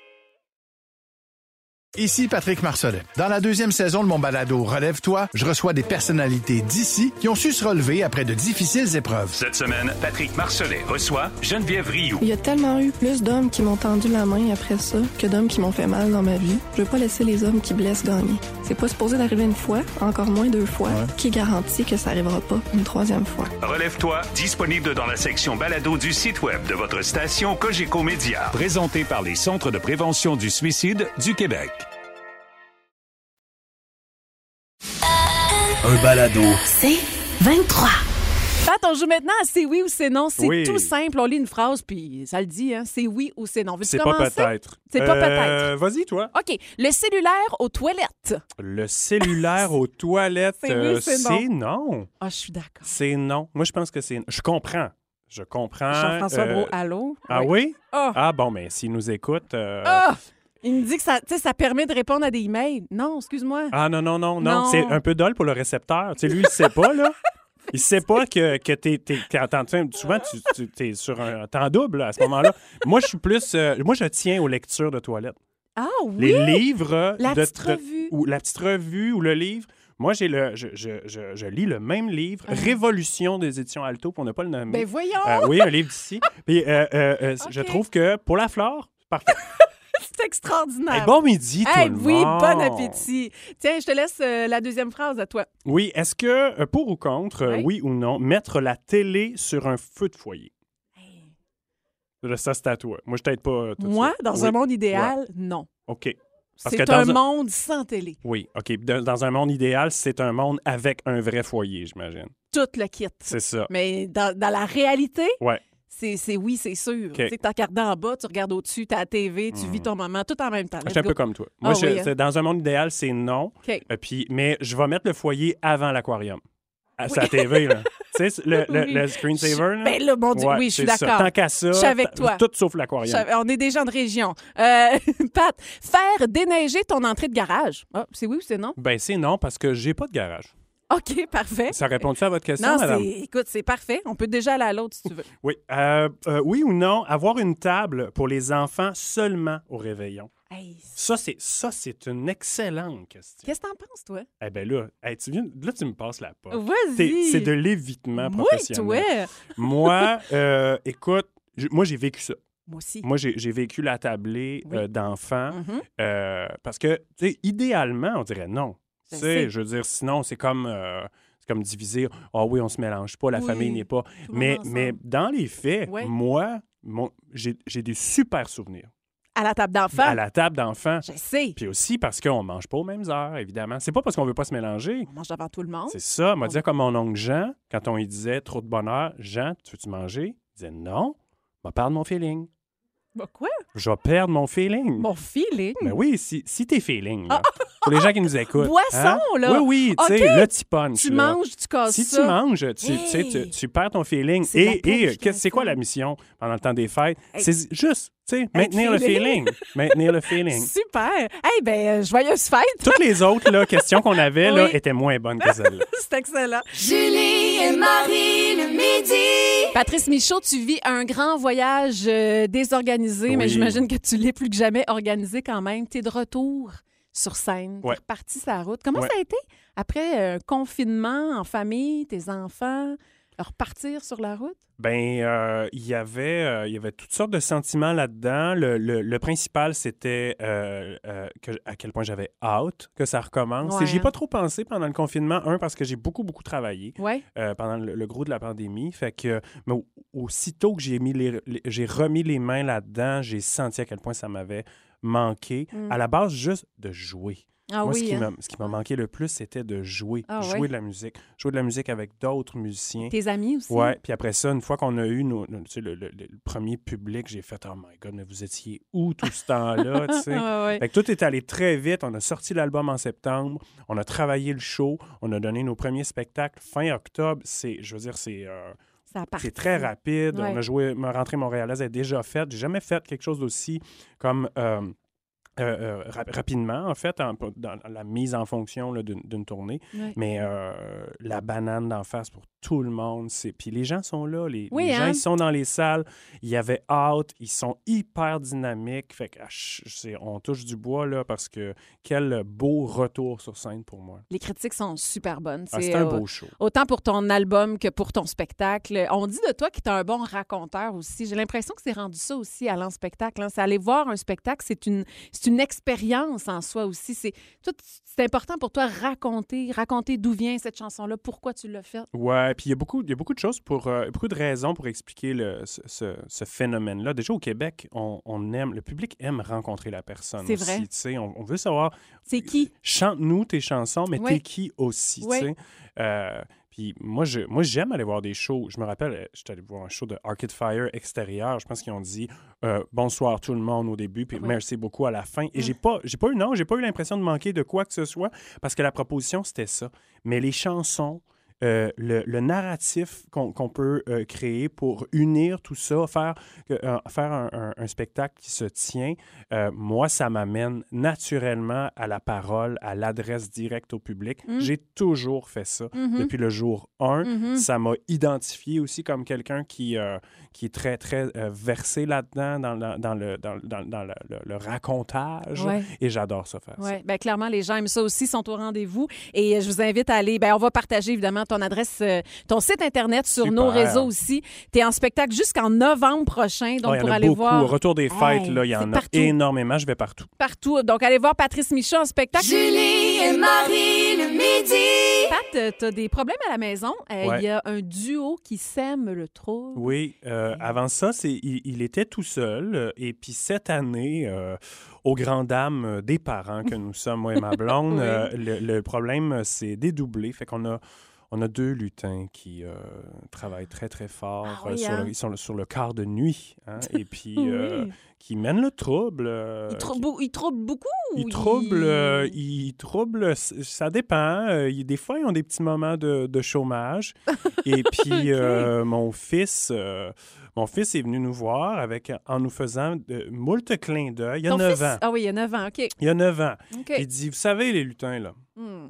Ici Patrick Marcelet. Dans la deuxième saison de mon balado Relève-toi, je reçois des personnalités d'ici qui ont su se relever après de difficiles épreuves. Cette semaine, Patrick Marcelet reçoit Geneviève Rioux. Il y a tellement eu plus d'hommes qui m'ont tendu la main après ça que d'hommes qui m'ont fait mal dans ma vie. Je veux pas laisser les hommes qui blessent gagner. C'est pas supposé d'arriver une fois, encore moins deux fois. Ouais. Qui garantit que ça arrivera pas une troisième fois? Relève-toi, disponible dans la section balado du site web de votre station Cogeco Média. Présenté par les Centres de prévention du suicide du Québec. Un balado. C'est vingt-trois. Pat, on joue maintenant à c'est oui ou c'est non. C'est Oui. tout simple. On lit une phrase, puis ça le dit, hein. C'est oui ou c'est non. Veux-tu C'est pas commencer? peut-être. C'est pas Euh, peut-être. Vas-y, toi. OK. Le cellulaire aux toilettes. Le cellulaire aux toilettes, C'est oui, euh, c'est non. c'est non. Ah, je suis d'accord. C'est non. Moi, je pense que c'est... Je comprends. Je comprends. Jean-François euh, Brault, allô? Ah oui? Ah. Ah bon, mais s'il nous écoute... euh, Ah! Il me dit que ça, tu sais, ça permet de répondre à des emails. Non, excuse-moi. Ah non, non, non, non. Non. C'est un peu dole pour le récepteur. Tu sais, lui, il sait pas, là. Il sait pas que, que t'es... t'es, t'es- t'en- t'en- souvent, tu, tu es sur un temps double là, à ce moment-là. Moi, je suis plus... euh, moi, je tiens aux lectures de toilettes. Ah oui? Les livres... La de- petite de- revue. Ou la petite revue ou le livre. Moi, j'ai le, je, je, je, je lis le même livre, Uh-huh. Révolution des éditions Alto, pour ne pas le nommer. Ben voyons! Euh, oui, un livre d'ici. Puis, euh, euh, euh, je OK. trouve que pour la flore, c'est parfait. C'est extraordinaire. Hey, bon midi, tout Hey, le oui, monde. bon appétit. Tiens, je te laisse euh, la deuxième phrase à toi. Oui, est-ce que, euh, pour ou contre, euh, Oui. oui ou non, mettre la télé sur un feu de foyer? Là, ça, c'est à toi. Moi, je t'aide pas euh, tout de Moi, suite. dans Oui. un monde idéal, Ouais. non. OK. Parce C'est que un dans monde sans télé. Oui, OK. De- Dans un monde idéal, c'est un monde avec un vrai foyer, j'imagine. Tout le kit. C'est ça. Mais dans, dans la réalité, Ouais. c'est c'est oui, c'est sûr. OK. Tu sais, t'as regardé en bas, tu regardes au-dessus, t'as la T V, tu Mm. vis ton moment, tout en même temps. Je suis un peu comme toi. Moi, Ah je- oui, hein? c'est- dans un monde idéal, c'est non. OK. Euh, puis, mais je vais mettre le foyer avant l'aquarium. À Oui. sa T V, là. Tu sais, le, le, Oui. le screensaver, là. Ben là, mon Dieu, Ouais, oui, je suis c'est ça. d'accord. Tant qu'à ça, Je suis avec t- toi. tout sauf l'aquarium. Je- On est des gens de région. Euh, Pat, faire déneiger ton entrée de garage. Ah, c'est oui ou c'est non? Ben, c'est non, parce que j'ai pas de garage. OK, parfait. Ça répond-tu à votre question, Non, madame? c'est- écoute, c'est parfait. On peut déjà aller à l'autre si tu veux. Oui. Euh, euh, oui ou non, avoir une table pour les enfants seulement au réveillon? Hey, Ça, c'est ça, c'est une excellente question. qu'est-ce que t'en penses, toi? Eh bien là, hey, tu viens, là, tu me passes la porte. Vas-y. T'es- C'est de l'évitement Oui, professionnel. toi. Moi, euh, écoute, j- moi, j'ai vécu ça. Moi aussi. Moi, j'ai j'ai vécu la tablée Oui. euh, d'enfants Mhm. euh, parce que, tu sais, idéalement, on dirait non. Je Tu sais, sais. je veux dire, sinon, c'est comme, euh, c'est comme diviser. Ah oui, on se mélange pas, la Oui, famille n'est pas. tout le monde Mais, ensemble. mais dans les faits, Ouais. moi, mon- j'ai j'ai des super souvenirs À la table d'enfant. à la table d'enfants. Je sais. Puis aussi parce qu'on mange pas aux mêmes heures, évidemment. C'est pas parce qu'on veut pas se mélanger. On mange devant tout le monde. C'est ça. M'a dit comme mon oncle Jean, quand on lui disait trop de bonheur, Jean, tu veux-tu manger? Il disait non, je vais perdre mon feeling. Bah, quoi? Je vais perdre mon feeling. Mon feeling? Mais oui, si, si t'es feeling, là, pour les gens qui nous écoutent. Boisson, hein? là. Oui, oui, tu sais, OK. là, tu punches. Tu là. manges, tu casses Si ça. tu manges, tu, tu sais, Hey. tu, tu perds ton feeling. C'est de la Et, et planification. qu'est-ce- c'est quoi la mission pendant le temps des fêtes? Hey. C'est juste, tu sais, maintenir le feeling. feeling. Maintenir le feeling. Super. Hey, ben, euh, joyeuse fête. Toutes les autres là, questions qu'on avait là, Oui. étaient moins bonnes que celle-là. C'est excellent. Julie et Marie le midi. Patrice Michaud, tu vis un grand voyage euh, désorganisé, mais Oui. j'imagine que tu l'es plus que jamais organisé quand même. Tu es de retour sur scène. Tu Ouais. es reparti sa route. Comment Ouais. ça a été après un confinement en famille, tes enfants, repartir sur la route? Ben, euh, il y avait, euh, il y avait toutes sortes de sentiments là-dedans. Le, le- le principal, c'était euh, euh, que, à quel point j'avais hâte que ça recommence. Ouais, Et J'y ai hein. pas trop pensé pendant le confinement. Un, parce que j'ai beaucoup, beaucoup travaillé Oui. euh, pendant le, le gros de la pandémie. Fait que, mais au- aussitôt que j'ai mis les, les- j'ai remis les mains là-dedans, j'ai senti à quel point ça m'avait manqué. Mm. À la base, juste de jouer. Ah Moi, oui, ce qui hein? m'a ce qui m'a manqué le plus, c'était de jouer. Ah jouer ouais? de la musique. Jouer de la musique avec d'autres musiciens. Tes amis aussi? Ouais, puis après ça, une fois qu'on a eu nos- nos- tu sais, le, le- le premier public, j'ai fait « Oh my God, mais vous étiez où tout ce temps-là? » tu sais. Ouais, ouais. Fait que tout est allé très vite. On a sorti l'album en septembre. On a travaillé le show. On a donné nos premiers spectacles fin octobre. C'est, je veux dire, c'est... euh, Ça a parti. c'est très rapide. Ouais. On a joué, ma rentrée montréalaise est déjà faite. J'ai jamais fait quelque chose d'aussi comme euh, euh, euh, rap- rapidement, en fait, en- dans la mise en fonction là, d'une, d'une tournée. Ouais. Mais euh, la banane d'en face pour tout le monde. C'est... Puis les gens sont là. Les, Oui, les gens, hein? ils sont dans les salles. Il y avait hâte. Ils sont hyper dynamiques. Fait que, ah, je- c'est- on touche du bois, là, parce que quel beau retour sur scène pour moi. Les critiques sont super bonnes. Ah, c'est un euh, beau show. Autant pour ton album que pour ton spectacle. On dit de toi que tu es un bon raconteur aussi. J'ai l'impression que c'est rendu ça aussi allant en spectacle. Hein. C'est aller voir un spectacle, c'est une, c'est une expérience en soi aussi. C'est, tout, c'est important pour toi raconter, raconter d'où vient cette chanson-là, pourquoi tu l'as faite. Ouais, puis il y a beaucoup, il y a beaucoup de choses pour, euh, beaucoup de raisons pour expliquer le, ce, ce- ce phénomène-là. Déjà au Québec, on, on aime, le public aime rencontrer la personne. C'est aussi, vrai. tu sais. On, on veut savoir. C'est qui? Chante-nous tes chansons, mais Ouais. t'es qui aussi, tu Ouais. sais. Euh, Puis moi, je, moi, j'aime aller voir des shows. Je me rappelle, j'étais allé voir un show de Arcade Fire extérieur. Je pense qu'ils ont dit euh, bonsoir tout le monde au début, puis Oui. merci beaucoup à la fin. Et j'ai pas, j'ai pas eu, non, j'ai pas eu l'impression de manquer de quoi que ce soit, parce que la proposition, c'était ça. Mais les chansons, Euh, le, le narratif qu'on qu'on peut euh, créer pour unir tout ça, faire, euh, faire un, un, un spectacle qui se tient, euh, moi, ça m'amène naturellement à la parole, à l'adresse directe au public. Mm. J'ai toujours fait ça Mhm. depuis le jour un. Mhm. Ça m'a identifié aussi comme quelqu'un qui, euh, qui est très, très euh, versé là-dedans, dans, la- dans, le, dans, dans, dans le, le- le racontage. Ouais. Et j'adore ça faire ça. Oui, bien clairement, les gens aiment ça aussi, sont au rendez-vous. Et euh, je vous invite à aller. Bien, on va partager évidemment ton adresse, euh, ton site Internet sur Super. nos réseaux aussi. Tu es en spectacle jusqu'en novembre prochain. Donc, Ah, il y en pour a aller beaucoup. voir. Au retour des fêtes, Hey, là, il y c'est en a partout. énormément. Je vais partout. Partout. Donc, allez voir Patrice Michaud en spectacle. Julie et Marie le midi. Pat, tu as des problèmes à la maison. Euh, Il Ouais. y a un duo qui sème le trouble. Oui, euh, avant ça, c'est, il, il était tout seul. euh, Et puis cette année, euh, aux grandes dames euh, des parents que nous sommes, moi et ma blonde, Oui. euh, le, le problème euh, s'est dédoublé. Fait qu'on a, on a deux lutins qui euh, travaillent très, très fort. Ah euh, oui, sur, hein? le, ils sont sur le quart de nuit. Hein, et puis, Oui. euh, qui mènent le trouble. euh, Il, trouble, il trouble beaucoup. ou Ils troublent, euh, ils troublent, c- ça dépend. Euh, il- des fois, ils ont des petits moments de, de chômage. Et puis, euh, mon fils, euh, mon fils est venu nous voir avec, en nous faisant de, moult clins d'œil. Il y a Ton neuf fils? ans. Ah oui, il y a neuf ans, OK. Il y a neuf ans. OK. Il dit, vous savez, les lutins, là. Hmm.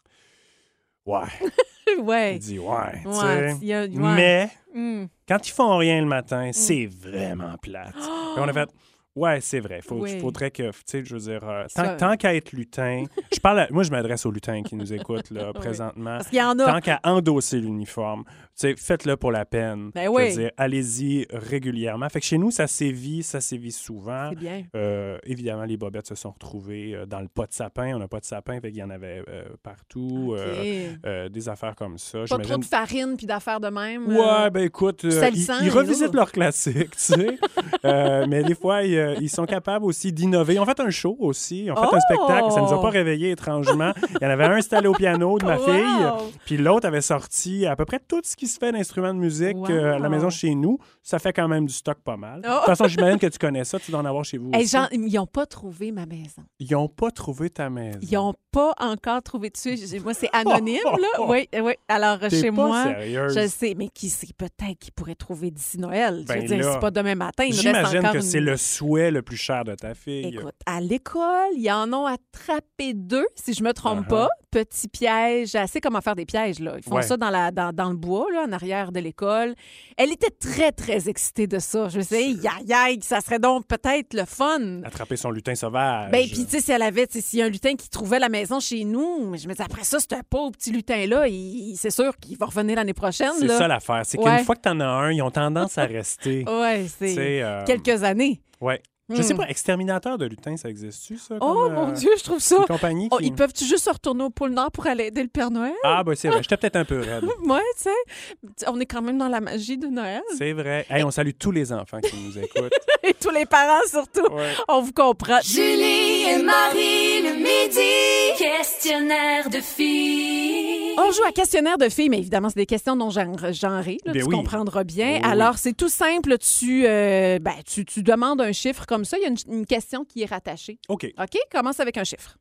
Ouais. ouais. Il dit, ouais. tu Ouais, sais. il y a- ouais. Mais, Hmm. quand ils font rien le matin, c'est vraiment plate. Et on a fait, ouais, c'est vrai. Faut, Oui. faudrait que, tu sais, je veux dire, euh, Ça- tant, tant qu'à être lutin, je parle à- moi, je m'adresse aux lutins qui nous écoutent, là, présentement. Parce qu'il y en a. Tant qu'à endosser l'uniforme, tu sais, faites-le pour la peine. Ben Je oui. veux dire, allez-y régulièrement. Fait que chez nous, ça sévit, ça sévit souvent. C'est bien. Euh, évidemment, les bobettes se sont retrouvées euh, dans le pot de sapin. On n'a pas de sapin, fait qu'il y en avait euh, partout. OK. euh, euh, des affaires comme ça. Pas trop J'imagine- de farine puis d'affaires de même. Ouais, là. ben écoute, euh, Salissant, ils, ils là. revisitent leurs classiques, tu sais. Euh, mais des fois, ils, euh, ils sont capables aussi d'innover. Ils ont fait un show aussi. Ils ont fait Oh! un spectacle. Ça nous a pas réveillés étrangement. Il y en avait un installé au piano de ma Wow! fille. Puis l'autre avait sorti à peu près tout ce qui se fait d'instruments de musique Wow! euh, à la maison chez nous. Ça fait quand même du stock pas mal. Oh! De toute façon, j'imagine que tu connais ça. Tu dois en avoir chez vous Hey, aussi. genre, ils n'ont pas trouvé ma maison. Ils n'ont pas trouvé ta maison. Ils n'ont pas encore trouvé dessus. J'ai- Moi, c'est anonyme, là. Oui, oui. Alors, T'es chez pas moi, sérieuse. je sais, mais qui sait peut-être qu'ils pourraient trouver d'ici Noël. Ben je veux dire, là, c'est pas demain matin. Il nous reste J'imagine encore que une... c'est le souhait le plus cher de ta fille. Écoute, à l'école, ils en ont attrapé deux, si je me trompe Uh-huh. pas. Petit piège. Elle sait comment faire des pièges, là. Ils font Ouais. ça dans, la, dans, dans le bois, là, en arrière de l'école. Elle était très, très excitée de ça. Je me disais, aïe, aïe, ça serait donc peut-être le fun. Attraper son lutin sauvage. Ben, puis, tu sais, si elle avait, tu sais, s'il y a un lutin qui trouvait la maison chez nous, mais je me dis, après ça, c'est un pauvre petit lutin-là, il- il- c'est sûr qu'il va revenir l'année prochaine. C'est là. ça l'affaire. C'est Ouais. qu'une fois que t'en as un, ils ont tendance à rester. Ouais, c'est Tu sais, euh, quelques années. Ouais. Je Hmm. sais pas, exterminateur de lutins, ça existe-tu, ça? Oh, comme, mon euh, Dieu, je trouve ça. une compagnie Oh, qui- ils peuvent-tu juste se retourner au pôle Nord pour aller aider le Père Noël? Ah, ben c'est vrai. J'étais peut-être un peu raide. Ouais, tu sais, on est quand même dans la magie de Noël. C'est vrai. Hey, on salue tous les enfants qui nous écoutent. Et tous les parents, surtout. Ouais. On vous comprend. Julie et Marie le midi. Questionnaire de filles. On joue à questionnaire de filles, mais évidemment, c'est des questions non gen- genrées. Là, Ben tu oui. comprendras bien. Oui, oui. Alors, c'est tout simple. Tu, euh, ben, tu, tu demandes un chiffre comme ça. Il y a une, une question qui est rattachée. OK. OK? Commence avec un chiffre.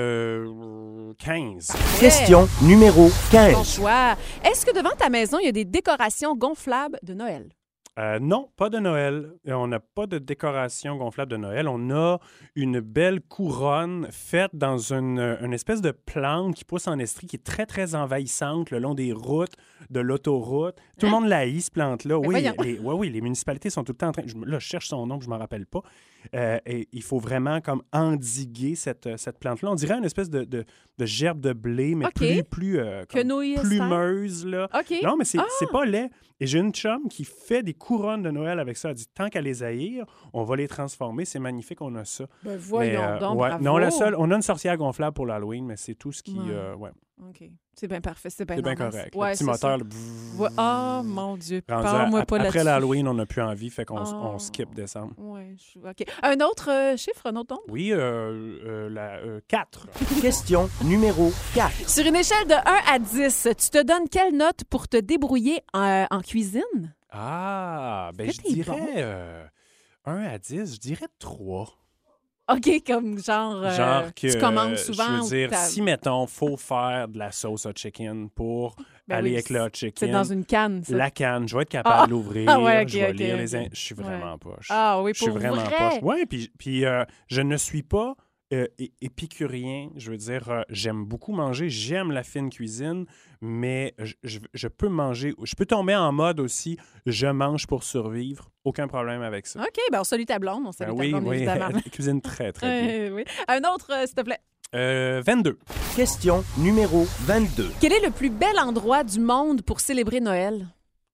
Euh, quinze. Question numéro Bon quinze. choix. Est-ce que devant ta maison, il y a des décorations gonflables de Noël? Euh, non, pas de Noël. Euh, On n'a pas de décoration gonflable de Noël. On a une belle couronne faite dans une, une espèce de plante qui pousse en estrie qui est très, très envahissante le long des routes, de l'autoroute. Tout le monde la haït, cette plante-là. Ben Oui, voyons. les, ouais, oui, les municipalités sont tout le temps en train... Je, me- là, je cherche son nom, je ne m'en rappelle pas. Euh, et il faut vraiment comme endiguer cette, cette plante-là. On dirait une espèce de, de, de gerbe de blé, mais OK. plus, plus euh, comme Quenouille plumeuse. Là. OK. Non, mais c'est Ah! c'est pas laid. Et j'ai une chum qui fait des couronnes de Noël avec ça. Elle dit, tant qu'à les haïr, on va les transformer. C'est magnifique, on a ça. Ben voyons Mais, euh, donc, ouais. bravo. Non, la seule, on a une sorcière gonflable pour l'Halloween, mais c'est tout ce qui... Ouais. euh, ouais. OK. C'est bien parfait. C'est bien C'est bien normal. correct. Ouais, le petit c'est moteur, ça. le bzzz, Ouais. Oh, mon Dieu. rendu Parle-moi à- pas Après là-dessus. l'Halloween, on n'a plus envie, fait qu'on s- Oh. on skip décembre. Ouais, je- OK. Un autre euh, chiffre, un autre nombre? Oui, euh, euh, la euh, quatre. Question numéro quatre. Sur une échelle de un à dix, tu te donnes quelle note pour te débrouiller en, en cuisine? Ah, ben Est-ce je que t'es dirais bon? euh, un à dix, je dirais trois. OK, comme genre, euh, Genre que, tu commandes souvent. je ou veux dire, t'as- si, mettons, faut faire de la sauce hot chicken pour Ben aller oui, avec le hot chicken. c'est dans une canne, ça. La canne, je vais être capable Ah! de l'ouvrir. Ah ouais, ok, je vais ok, lire ok. les... in- Je suis Ouais. vraiment poche. Ah oui, Je suis pour vraiment vrai? poche. Oui, puis, puis euh, je ne suis pas euh, é- épicurien. Je veux dire, euh, j'aime beaucoup manger. J'aime la fine cuisine, mais je, je- je peux manger. Je peux tomber en mode aussi, je mange pour survivre. Aucun problème avec ça. OK, ben on salue ta blonde. On salue Ben ta oui, blonde, oui, évidemment. elle cuisine très, très bien. Euh, oui. Un autre, euh, s'il te plaît. Euh, vingt-deux. Question numéro vingt-deux. Quel est le plus bel endroit du monde pour célébrer Noël?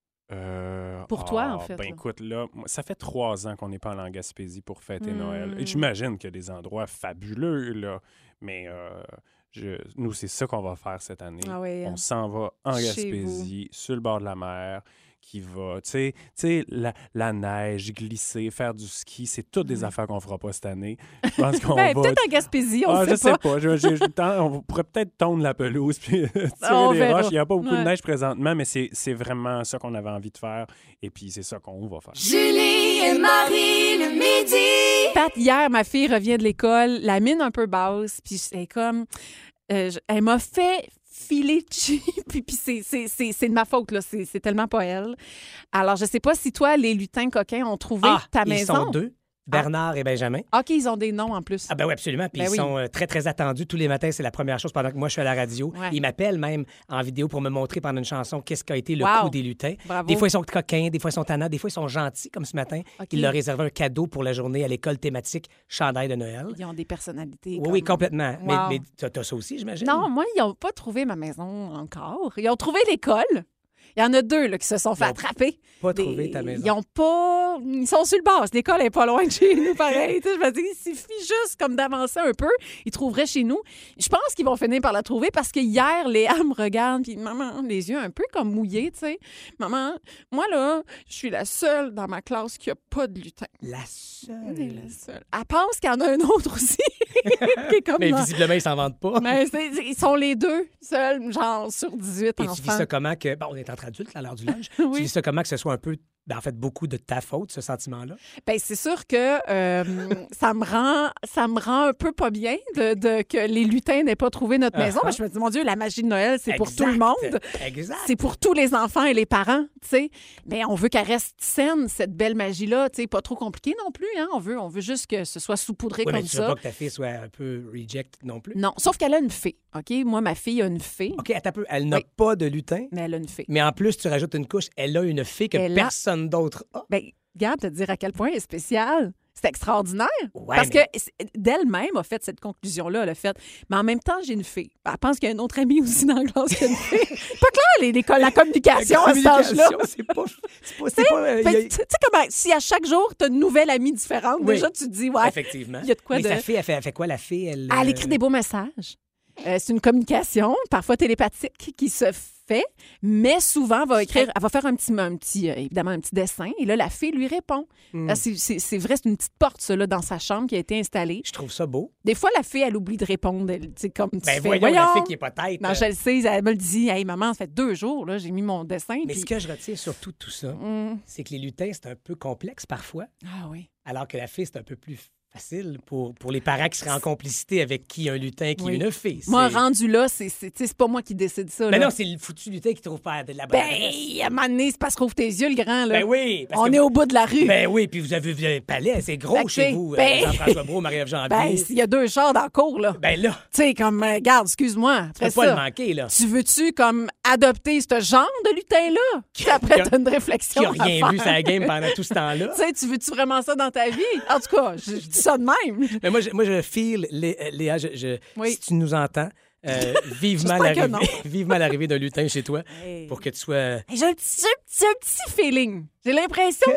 Euh, Pour toi, ah, en fait, Ben là. écoute, là, moi, ça fait trois ans qu'on n'est pas allé en Gaspésie pour fêter Hmm. Noël. Et j'imagine qu'il y a des endroits fabuleux, là. Mais euh, je- nous, c'est ça qu'on va faire cette année. Ah oui, hein. On s'en va en Chez Gaspésie, sur le bord de la mer, qui va, tu sais, tu sais, la, la neige, glisser, faire du ski, c'est toutes des affaires qu'on fera pas cette année. Je pense qu'on Ben, va... peut-être en Gaspésie, on Ah, sait je sais pas. pas. Je- je- je- tant- on pourrait peut-être tondre la pelouse puis tirer On des verra. roches. Il n'y a pas beaucoup Ouais. de neige présentement, mais c'est c'est vraiment ça qu'on avait envie de faire. Et puis, c'est ça qu'on va faire. Julie et Marie le midi. Pat, hier, ma fille revient de l'école, la mine un peu basse, puis elle est comme... euh, je- elle m'a fait filer cheap, puis, puis c'est, c'est, c'est, c'est de ma faute, là. C'est, c'est tellement pas elle. Alors, je sais pas si toi, les lutins coquins ont trouvé Ah, ta ils maison. sont deux, Bernard et Benjamin. OK, ils ont des noms en plus. Ah ben oui, absolument. Puis Ben ils oui. sont euh, très, très attendus. Tous les matins, c'est la première chose pendant que moi, je suis à la radio. Ouais. Ils m'appellent même en vidéo pour me montrer pendant une chanson qu'est-ce qu'a été le Wow. coup des lutins. Bravo. Des fois, ils sont coquins, des fois, ils sont tannants, des fois, ils sont gentils, comme ce matin. OK. Il leur réservé un cadeau pour la journée à l'école thématique Chandail de Noël. Ils ont des personnalités. Oui, comme- oui, complètement. Wow. Mais, mais t'as t'as ça aussi, j'imagine? Non, moi, ils n'ont pas trouvé ma maison encore. Ils ont trouvé l'école. Il y en a deux là, qui se sont fait Ils ont attraper. Pas Des- trouvé ta maison. Ils ont pas. Ils sont sur le bas. L'école est pas loin de chez nous, pareil. Tu sais, je me dis, il suffit juste comme d'avancer un peu. Ils trouveraient chez nous. Je pense qu'ils vont finir par la trouver parce que hier, Léa me regarde, puis maman, les yeux un peu comme mouillés, tu sais. Maman, moi, là, je suis la seule dans ma classe qui a pas de lutin. La seule. Elle est la seule. Elle pense qu'il y en a un autre aussi. qui est comme Mais dans- visiblement, ils s'en vendent pas. Mais c'est- ils sont les deux seuls, genre sur dix-huit Et enfants. tu vis ça comment que. Bon, on est entre adultes à l'heure du lunch. Oui. Tu vis ça comment que ce soit un peu, ben, en fait, beaucoup de ta faute, ce sentiment-là? Ben c'est sûr que euh, ça me rend ça me rend un peu pas bien de, de- que les lutins n'aient pas trouvé notre maison. Uh-huh. Mais je me dis mon Dieu, la magie de Noël, c'est pour Exact. tout le monde. Exact. C'est pour tous les enfants et les parents, tu sais. Mais on veut qu'elle reste saine cette belle magie là, tu sais, pas trop compliquée non plus hein. On veut on veut juste que ce soit saupoudré Oui, mais comme tu veux ça. pas que ta fille soit un peu reject non plus? Non, sauf qu'elle a une fée. OK, moi ma fille a une fée. OK, attends un peu. Elle n'a Oui. pas de lutin, Mais elle a une fée. mais en plus, tu rajoutes une couche. Elle a une fille que Elle a- personne d'autre a. Ben, regarde, te dire à quel point elle est spéciale. C'est extraordinaire. Ouais, Parce mais- que c'est- d'elle-même a fait cette conclusion-là. Elle a fait. Mais en même temps, j'ai une fille. Elle pense qu'il y a une autre amie aussi dans la classe qui a une fille. pas clair, les- l'école, la communication La à cet âge-là. communication, c'est pas. C'est pas. Tu C'est sais, pas euh, fait il y a- que tu tu sais comment, si à chaque jour, tu as une nouvelle amie différente, Oui. déjà, tu te dis, ouais, Effectivement. il y a de quoi mais de. sa fille, elle fait, elle fait quoi, la fille? Elle, Elle euh, écrit des beaux messages. Euh, c'est une communication, parfois télépathique, qui se fait, mais souvent, elle va écrire, elle va faire un petit, un petit euh, évidemment, un petit dessin, et là, la fille lui répond. Hmm. Là, c'est, c'est- c'est vrai, c'est une petite porte, ça, là, dans sa chambre qui a été installée. Je trouve ça beau. Des fois, la fille, elle oublie de répondre. Elle, tu sais, comme tu Ben fais, voyons, la fille qui est pas tête. Non, euh, je le sais, elle me le dit. Hey, maman, ça fait deux jours, là, j'ai mis mon dessin. Mais puis- ce que je retiens surtout de tout ça, Hum. c'est que les lutins, c'est un peu complexe parfois, Ah oui. alors que la fille, c'est un peu plus facile pour, pour les parents qui seraient en complicité avec qui un lutin qui Oui. est une fille. Moi, C'est- rendu là, c'est, c'est, tu sais, c'est pas moi qui décide ça. Ben là. non, c'est le foutu lutin qui trouve pas de la bonne Ben, adresse. à un moment donné, c'est parce qu'on ouvre tes yeux, le grand, là. Ben oui. parce On que est vous- au bout de la rue. Ben oui, puis vous avez vu un palais, c'est gros Fait que chez c'est- vous, euh, ben- Jean-François Brault, Marie-Ève Janvier. Ben, s'il y a deux chars dans la cour, là. Ben là, Tu sais, comme, euh, regarde, excuse-moi. tu peux Après pas ça, le manquer, là. tu veux-tu, comme, adopter ce genre de lutin-là? Puis après, qui a- t'as une réflexion. Qui a à rien faire. vu sur la game pendant tout ce temps-là. Tu sais, tu veux-tu vraiment ça dans ta vie? En tout cas, je, je dis ça de même. Mais moi, je, moi, je feel, Lé- euh, Léa, je, je- Oui. si tu nous entends, euh, vivement J'espère que l'arrivée non. vivement l'arrivée d'un lutin chez toi Hey. pour que tu sois... Hey, J'ai un petit, j'ai un petit, un petit feeling. J'ai l'impression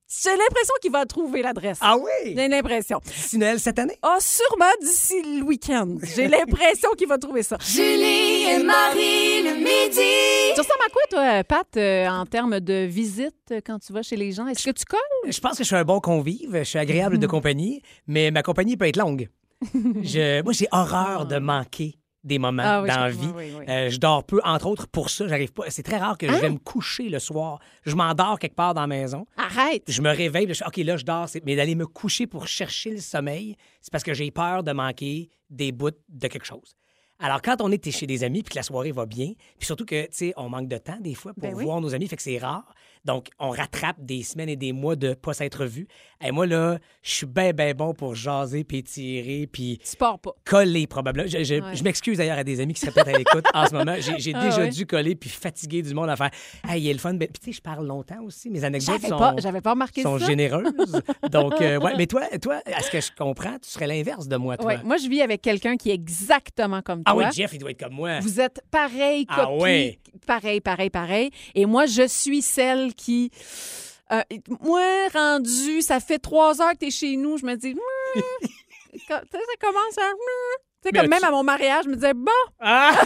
J'ai l'impression qu'il va trouver l'adresse. Ah oui? J'ai l'impression. D'ici Noël cette année? Ah, sûrement d'ici le week-end. J'ai l'impression qu'il va trouver ça. Julie et Marie le midi. Tu ressembles à quoi, toi, Pat, euh, en termes de visite euh, quand tu vas chez les gens? Est-ce que tu colles? Je pense que je suis un bon convive, je suis agréable de compagnie, mais ma compagnie peut être longue. Je, moi, j'ai horreur de manquer des moments Ah oui, dans la je vie. comprends, oui, oui. Euh, je dors peu, entre autres, pour ça. J'arrive pas. C'est très rare que je Hein? vais me coucher le soir. Je m'endors quelque part dans la maison. Arrête! Je me réveille, puis je fais, OK, là, je dors. c'est- Mais d'aller me coucher pour chercher le sommeil, c'est parce que j'ai peur de manquer des bouts de quelque chose. Alors, quand on est chez des amis puis que la soirée va bien, puis surtout que, tu sais, on manque de temps des fois pour Ben oui. voir nos amis, fait que c'est rare. Donc, on rattrape des semaines et des mois de pas s'être vus. Et moi, là, je suis bien, bien bon pour jaser puis étirer puis Tu pars pas. coller probablement. Je, je- Ouais. je m'excuse d'ailleurs à des amis qui seraient peut-être à l'écoute en ce moment. J'ai, j'ai Ah déjà ouais. dû coller puis fatiguer du monde à faire « Hey, il est le fun. » Puis tu sais, je parle longtemps aussi. Mes anecdotes J'avais sont, pas, j'avais pas remarqué sont ça. généreuses. Donc, euh, ouais. Mais toi, toi, à ce que je comprends, tu serais l'inverse de moi, toi. Ouais, moi, je vis avec quelqu'un qui est exactement comme toi. Ah oui, Jeff, il doit être comme moi. Vous êtes pareil, Ah copie, ouais. pareil, pareil, pareil. Et moi, je suis celle qui... euh, moi, rendu, ça fait trois heures que t'es chez nous, je me dis... Hmm, quand- tu sais, ça commence à... hmm. Tu sais, Mais comme même tu- à mon mariage, je me disais, bon... Ah!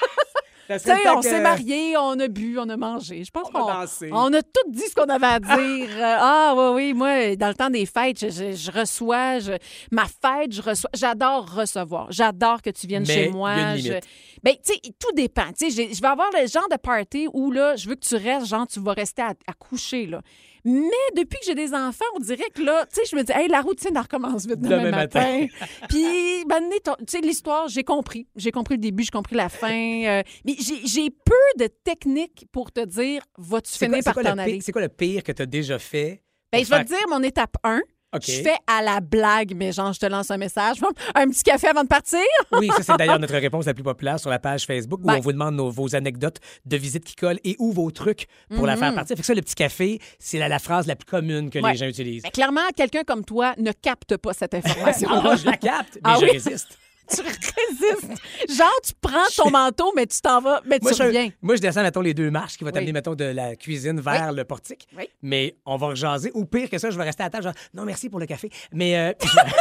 Ça Tu serait sais, le temps on que- s'est mariés, on a bu, on a mangé. Je pense On va qu'on danser. on a tout dit ce qu'on avait à dire. Euh, ah oui, oui, moi, dans le temps des fêtes, je, je- je reçois, je- ma fête, je reçois. J'adore recevoir. J'adore que tu viennes Mais chez moi. il y a une Je- limite. Ben, tu sais, tout dépend. Tu sais, j'ai- je vais avoir le genre de party où, là, je veux que tu restes, genre, tu vas rester à, à coucher, là. Mais depuis que j'ai des enfants, on dirait que là, tu sais, je me dis, hey, la routine, elle recommence vite demain, Demain matin. matin. Puis, ben, donné, ton- tu sais, l'histoire, j'ai compris. J'ai compris le début, j'ai compris la fin. euh, mais j'ai j'ai peu de techniques pour te dire, vas-tu C'est quoi, finir c'est par quoi t'en le pire, aller? c'est quoi le pire que tu as déjà fait? Ben, pour je vais faire- te dire mon étape un. OK. Je fais à la blague, mais genre, je te lance un message. Un petit café avant de partir? Oui, ça, c'est d'ailleurs notre réponse la plus populaire sur la page Facebook où Ben. on vous demande nos- vos anecdotes de visite qui collent et ou vos trucs pour la Mhm. faire partir. Fait que ça, le petit café, c'est la, la phrase la plus commune que Ouais. les gens utilisent. Ben, clairement, quelqu'un comme toi ne capte pas cette information. Ah, je la capte, mais Ah je oui? résiste. Tu résistes. Genre, tu prends ton manteau, mais tu t'en vas, mais Moi, tu je, reviens. moi, je descends, mettons, les deux marches qui vont Oui. t'amener, mettons, de la cuisine vers le portique. Oui. Mais on va rejaser. Ou pire que ça, je vais rester à table, genre, non, merci pour le café. Mais euh,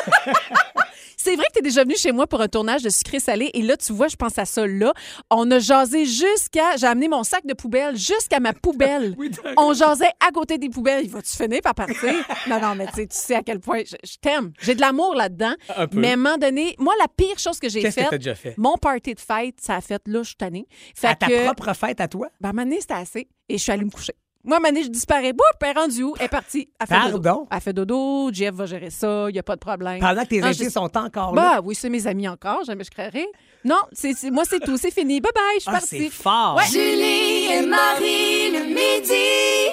C'est vrai que tu es déjà venu chez moi pour un tournage de sucré-salé et là, tu vois, je pense à ça là. On a jasé jusqu'à... J'ai amené mon sac de poubelle jusqu'à ma poubelle. On jasait à côté des poubelles. Il va-tu finir par partir? Non, non, mais tu sais, tu sais à quel point je, je t'aime. J'ai de l'amour là-dedans. Un peu. Mais à un moment donné, moi, la pire chose que j'ai Qu'est-ce que faite... t'as déjà fait? Mon party de fête, ça a fait là, je suis tannée. Fait à ta que, propre fête à toi? Ben, à un moment donné, c'était assez. Et je suis allée me coucher. Moi, à un moment donné, je disparais. Boum, elle est rendue où? Elle est partie. Elle fait dodo. Pardon? Elle fait dodo. Jeff va gérer ça. Il n'y a pas de problème. Pendant que tes Non, invités je- sont encore là? Bah oui, c'est mes amis encore. Jamais je créerai. Non, c'est, c'est- moi, c'est tout. C'est fini. Bye bye. Je suis Ah, partie. c'est fort. Ouais. Julie et Marie le midi.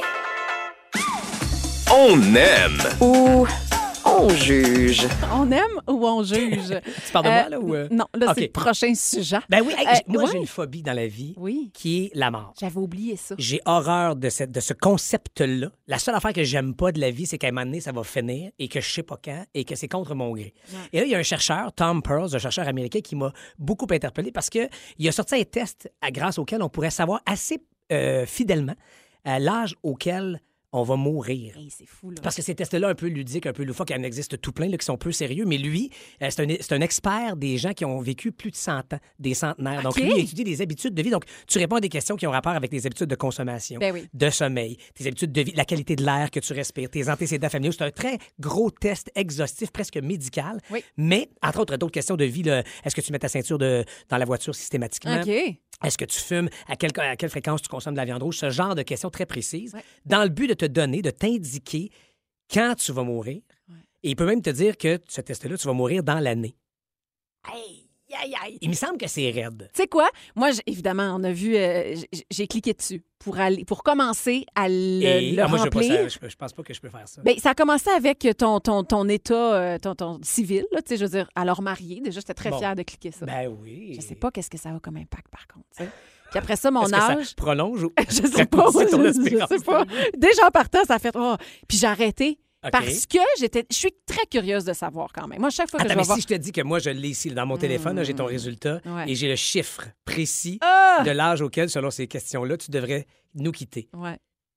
On aime. Ou on juge. On aime ou on juge? Tu parles de moi, là, ou, euh? Non, là, c'est OK. le prochain sujet. Ben oui, hey, Euh, j- moi, ouais. j'ai une phobie dans la vie Oui. qui est la mort. J'avais oublié ça. J'ai horreur de, cette, de ce concept-là. La seule affaire que j'aime pas de la vie, c'est qu'à un moment donné, ça va finir et que je sais pas quand et que c'est contre mon gré. Et là, il y a un chercheur, Tom Pearls, un chercheur américain, qui m'a beaucoup interpellé parce qu'il a sorti un test à- grâce auquel on pourrait savoir assez euh, fidèlement à l'âge auquel on va mourir. Hey, c'est fou, là. Parce que ces tests-là, un peu ludiques, un peu loufoques, il en existe tout plein là, qui sont peu sérieux, mais lui, euh, c'est un, c'est un expert des gens qui ont vécu plus de cent ans, des centenaires. Donc, OK. lui, il a étudié des habitudes de vie. Donc, tu réponds à des questions qui ont rapport avec tes habitudes de consommation, Ben oui. de sommeil, tes habitudes de vie, la qualité de l'air que tu respires, tes antécédents familiaux. C'est un très gros test exhaustif, presque médical. Oui. Mais, entre autres, d'autres questions de vie. là. Est-ce que tu mets ta ceinture de, dans la voiture systématiquement? OK. Est-ce que tu fumes? À quelle, à quelle fréquence tu consommes de la viande rouge? Ce genre de questions très précises, dans le but de te donner, de t'indiquer quand tu vas mourir. Et il peut même te dire que ce test-là, tu vas mourir dans l'année. Aïe, aïe, aïe. Il me semble que c'est raide. Tu sais quoi? Moi, j'- évidemment, on a vu, euh, j- j'ai cliqué dessus pour, aller, pour commencer à le, Et le ah, moi, je, veux pas remplir. ça, je, je pense pas que je peux faire ça. Bien, ça a commencé avec ton, ton, ton état euh, ton, ton civil, là, tu sais, je veux dire, alors marié. Déjà, j'étais très Bon. fière de cliquer ça. Ben oui. Je sais pas qu'est-ce que ça a comme impact, par contre. tu sais. Puis après ça, mon Est-ce que âge... ça prolonge ou je sais pas, raccourcit ton je, espérance je sais pas. de vie? Déjà en partant, ça a fait... Oh. Puis j'ai arrêté OK. parce que j'étais, je suis très curieuse de savoir quand même. Moi, chaque fois que Attends, je mais vais voir... si je te dis que moi, je l'ai ici dans mon téléphone, là, j'ai ton résultat Ouais. et j'ai le chiffre précis Ah! de l'âge auquel, selon ces questions-là, tu devrais nous quitter. Ouais.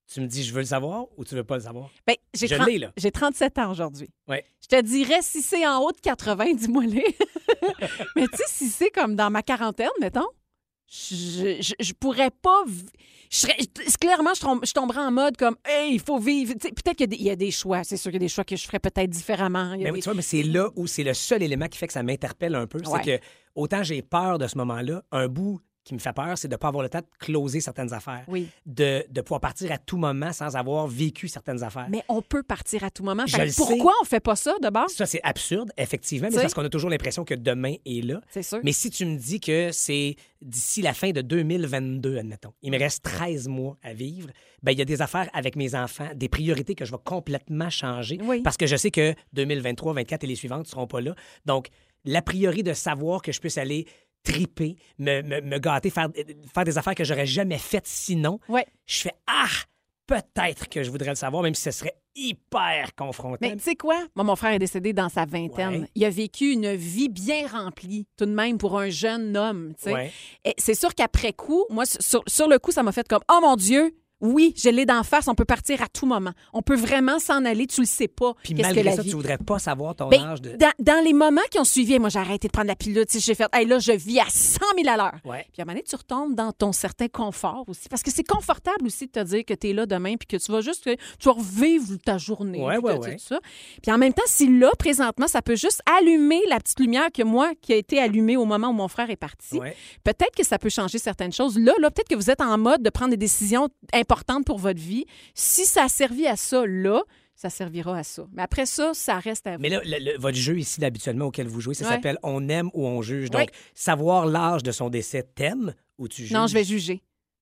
Tu me dis, je veux le savoir ou tu veux pas le savoir? Ben, j'ai, je trente l'ai, là. j'ai trente-sept ans aujourd'hui. Ouais. Je te dirais, si c'est en haut de quatre-vingts, dis-moi-les. Mais tu sais, si c'est comme dans ma quarantaine, mettons, je, je, je pourrais pas... v- Je serais, clairement, je, tombe- je tomberais en mode comme, hey, il faut vivre. Tu sais, peut-être qu'il y a, des, il y a des choix. C'est sûr qu'il y a des choix que je ferais peut-être différemment. Il y a Mais des- oui, tu vois, mais c'est là où c'est le seul élément qui fait que ça m'interpelle un peu. Ouais. C'est que autant j'ai peur de ce moment-là, un bout qui me fait peur, c'est de ne pas avoir le temps de closer certaines affaires. Oui. De, de pouvoir partir à tout moment sans avoir vécu certaines affaires. Mais on peut partir à tout moment. Je Fait que le pourquoi sais. on fait pas ça de base? Ça, c'est absurde, effectivement, mais Tu c'est sais? parce qu'on a toujours l'impression que demain est là. C'est sûr. Mais si tu me dis que c'est d'ici la fin de deux mille vingt-deux, admettons, il me reste treize mois à vivre, ben il y a des affaires avec mes enfants, des priorités que je vais complètement changer Oui. parce que je sais que deux mille vingt-trois, vingt-quatre et les suivantes ne seront pas là. Donc, la priorité de savoir que je puisse aller triper, me, me, me gâter, faire, faire des affaires que j'aurais jamais faites sinon, Ouais. je fais « Ah! Peut-être que je voudrais le savoir, même si ce serait hyper confrontant. » Mais tu sais quoi? Moi, mon frère est décédé dans sa vingtaine. Ouais. Il a vécu une vie bien remplie, tout de même, pour un jeune homme. tu sais. Ouais. Et c'est sûr qu'après coup, moi, sur, sur le coup, ça m'a fait comme, oh mon Dieu, oui, je l'ai d'en face, on peut partir à tout moment. On peut vraiment s'en aller, tu le sais pas. Puis qu'est-ce malgré que la ça, vie... tu voudrais pas savoir ton Ben, âge de... dans, dans les moments qui ont suivi, moi, j'ai arrêté de prendre la pilule. Tu sais, j'ai fait, hey, là, je vis à cent mille à l'heure. Ouais. Puis à un moment donné, tu retombes dans ton certain confort aussi. Parce que c'est confortable aussi de te dire que tu es là demain puis que tu vas juste, tu vas revivre ta journée. Ouais, puis ouais, que- ouais. tout ça. Puis en même temps, si là, présentement, ça peut juste allumer la petite lumière que moi, qui a été allumée au moment où mon frère est parti, Ouais. peut-être que ça peut changer certaines choses. Là, là, peut-être que vous êtes en mode de prendre des décisions importantes pour votre vie. Si ça a servi à ça, là, ça servira à ça. Mais après ça, ça reste à vous. Mais là, le- le- votre jeu ici, habituellement, auquel vous jouez, ça Ouais. s'appelle On aime ou on juge. Donc, Ouais. savoir l'âge de son décès, t'aimes ou tu juges? Non, je vais juger.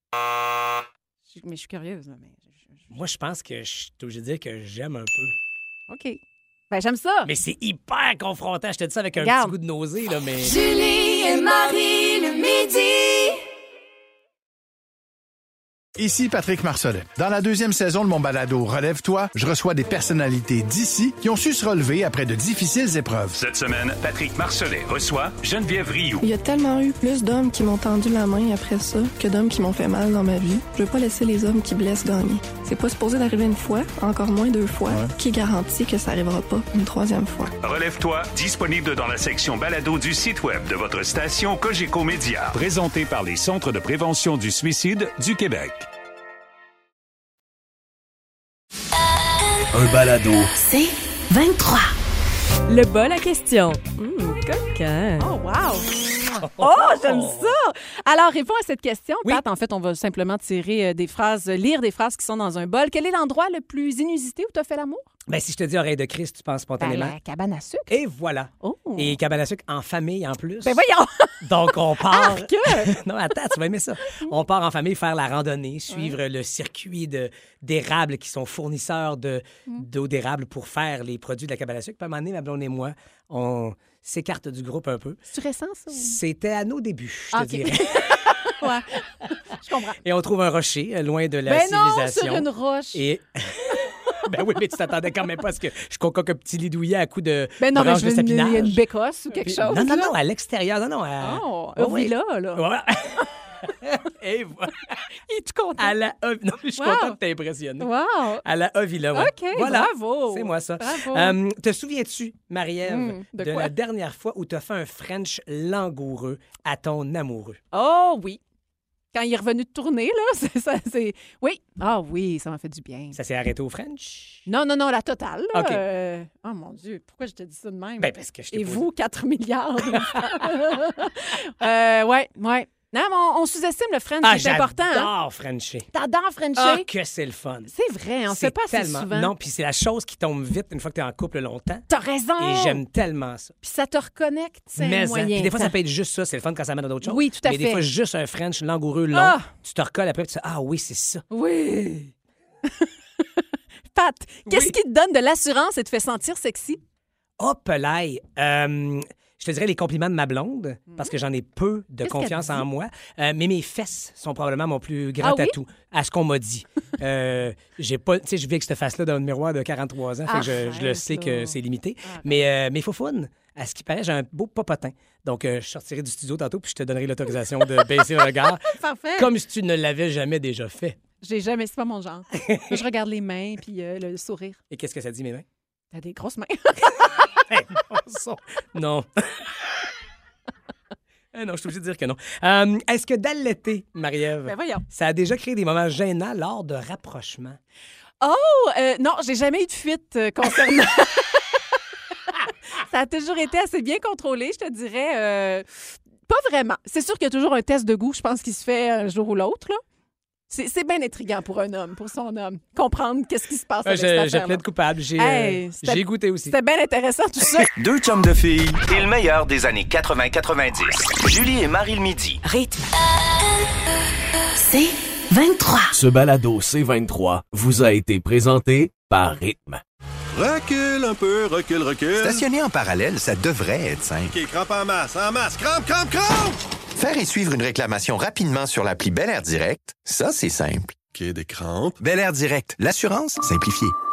Je- Mais je suis curieuse. Là, mais... Moi, je pense que je suis obligé de dire que j'aime un peu. OK. Ben, j'aime ça. Mais c'est hyper confrontant. Je te dis ça avec un Regarde. petit goût de nausée, là, mais... Julie et Marie le midi. Ici Patrick Marcelet. Dans la deuxième saison de mon balado Relève-toi, je reçois des personnalités d'ici qui ont su se relever après de difficiles épreuves. Cette semaine, Patrick Marcelet reçoit Geneviève Rioux. Il y a tellement eu plus d'hommes qui m'ont tendu la main après ça que d'hommes qui m'ont fait mal dans ma vie. Je veux pas laisser les hommes qui blessent gagner. C'est pas supposé d'arriver une fois, encore moins deux fois. Qui garantit que ça arrivera pas une troisième fois? Relève-toi, disponible dans la section balado du site web de votre station Cogeco Média. Présenté par les Centres de prévention du suicide du Québec. Un balado. C'est vingt-trois. Le bol à question. Hum, coquin. Oh, wow! Oh, j'aime ça! Alors, réponds à cette question. Pat, en fait, on va simplement tirer euh, des phrases, lire des phrases qui sont dans un bol. Quel est l'endroit le plus inusité où tu as fait l'amour? Ben, si je te dis oreille de Christ, tu penses spontanément. Ben, la cabane à sucre. Et voilà. Oh. Et cabane à sucre en famille en plus. Ben voyons! Donc, on part... Arc! non, attends, tu vas aimer ça. On part en famille faire la randonnée, suivre le circuit de, d'érables qui sont fournisseurs de, d'eau d'érable pour faire les produits de la cabane à sucre. Puis à un moment donné, ma blonde et moi, on s'écarte du groupe un peu. C'est récent, ça? ou- C'était à nos débuts, je te Ah, ok. dirais. Ouais. Je comprends. Et on trouve un rocher, euh, loin de la Ben non, civilisation. sur une roche. Et... ben oui, mais tu t'attendais quand même pas à ce que je concoque un petit lit douillet à coups de Ben non, mais branches je de veux une, il y a sapinage. une bécosse ou quelque chose. Non, non, là. non, à l'extérieur. Non, non. À... Oh, Ouais, un ouais. villa, là. Ouais. Et voilà. Il est tout content. À la A- Non, je suis Wow. content de t'impressionner. Wow! À la A-Villa, ouais. OK, voilà. bravo. C'est moi, ça. Bravo. Euh, te souviens-tu, Marie-Ève, Hum, de de quoi? la dernière fois où tu as fait un French langoureux à ton amoureux? Oh oui. Quand il est revenu de tourner, là, c'est ça, c'est... Oui. Ah oui, ça m'a fait du bien. Ça s'est arrêté au French? Non, non, non, la totale, là. OK. euh, Oh mon Dieu, pourquoi je te dis ça de même? Ben, parce que je t'ai Et posé- vous, quatre milliards de fois. euh, ouais, ouais. Non, mais on, on sous-estime le French, Ah, c'est important. Hein? j'adore Frencher. T'adores Frencher? Ah, que c'est le fun. C'est vrai, on C'est sait pas assez tellement... souvent. Non, puis c'est la chose qui tombe vite une fois que tu es en couple longtemps. T'as raison. Et j'aime tellement ça. Puis ça te reconnecte, c'est Mais un hein, moyen. puis des fois, ça temps. peut être juste ça. C'est le fun quand ça mène à d'autres choses. Oui, tout à mais fait. des fois, juste un French langoureux long, Ah! tu te recolles après et tu dis « Ah oui, c'est ça. » Oui. Pat, qu'est-ce Oui. qui te donne de l'assurance et te fait sentir sexy? Hop là! Euh, je te dirais les compliments de ma blonde, parce que j'en ai peu de Qu'est-ce confiance qu'elle en dit? moi. Euh, mais mes fesses sont probablement mon plus grand Ah oui? atout, à ce qu'on m'a dit. euh, j'ai pas, tu sais, je vis avec cette face-là dans le miroir de quarante-trois ans, fait que je, je le Arrête, sais là. que c'est limité. Arrête. Mais euh, mes faufounes, à ce qui paraît, j'ai un beau popotin. Donc, euh, je sortirai du studio tantôt, puis je te donnerai l'autorisation de baisser le regard. Parfait. Comme si tu ne l'avais jamais déjà fait. J'ai jamais, c'est pas mon genre. Je regarde les mains puis euh, le sourire. Et qu'est-ce que ça dit, mes mains? T'as des grosses mains. Hey, non. Eh non, je suis obligée de dire que non. Euh, est-ce que d'allaiter, Marie-Ève, Ben voyons. ça a déjà créé des moments gênants lors de rapprochements? Oh! Euh, non, j'ai jamais eu de fuite euh, concernant... Ça a toujours été assez bien contrôlé, je te dirais. Euh, pas vraiment. C'est sûr qu'il y a toujours un test de goût, je pense, qui se fait un jour ou l'autre, là. C'est, c'est bien intriguant pour un homme, pour son homme, comprendre qu'est-ce qui se passe avec je, cette je affaire-là. plaide coupable. J'ai, Hey, euh, c'était- j'ai goûté aussi. C'était bien intéressant, tout ça. Deux chums de filles et le meilleur des années quatre-vingt quatre-vingt-dix. Julie et Marie le midi. Rythme. C'est vingt-trois. Ce balado C vingt-trois vous a été présenté par Rythme. Recule un peu, recule, recule. Stationner en parallèle, ça devrait être simple. OK, crampe en masse, en masse, crampe, crampe, crampe! Faire et suivre une réclamation rapidement sur l'appli Bel Air Direct, ça, c'est simple. OK, des crampes. Bel Air Direct, l'assurance simplifiée.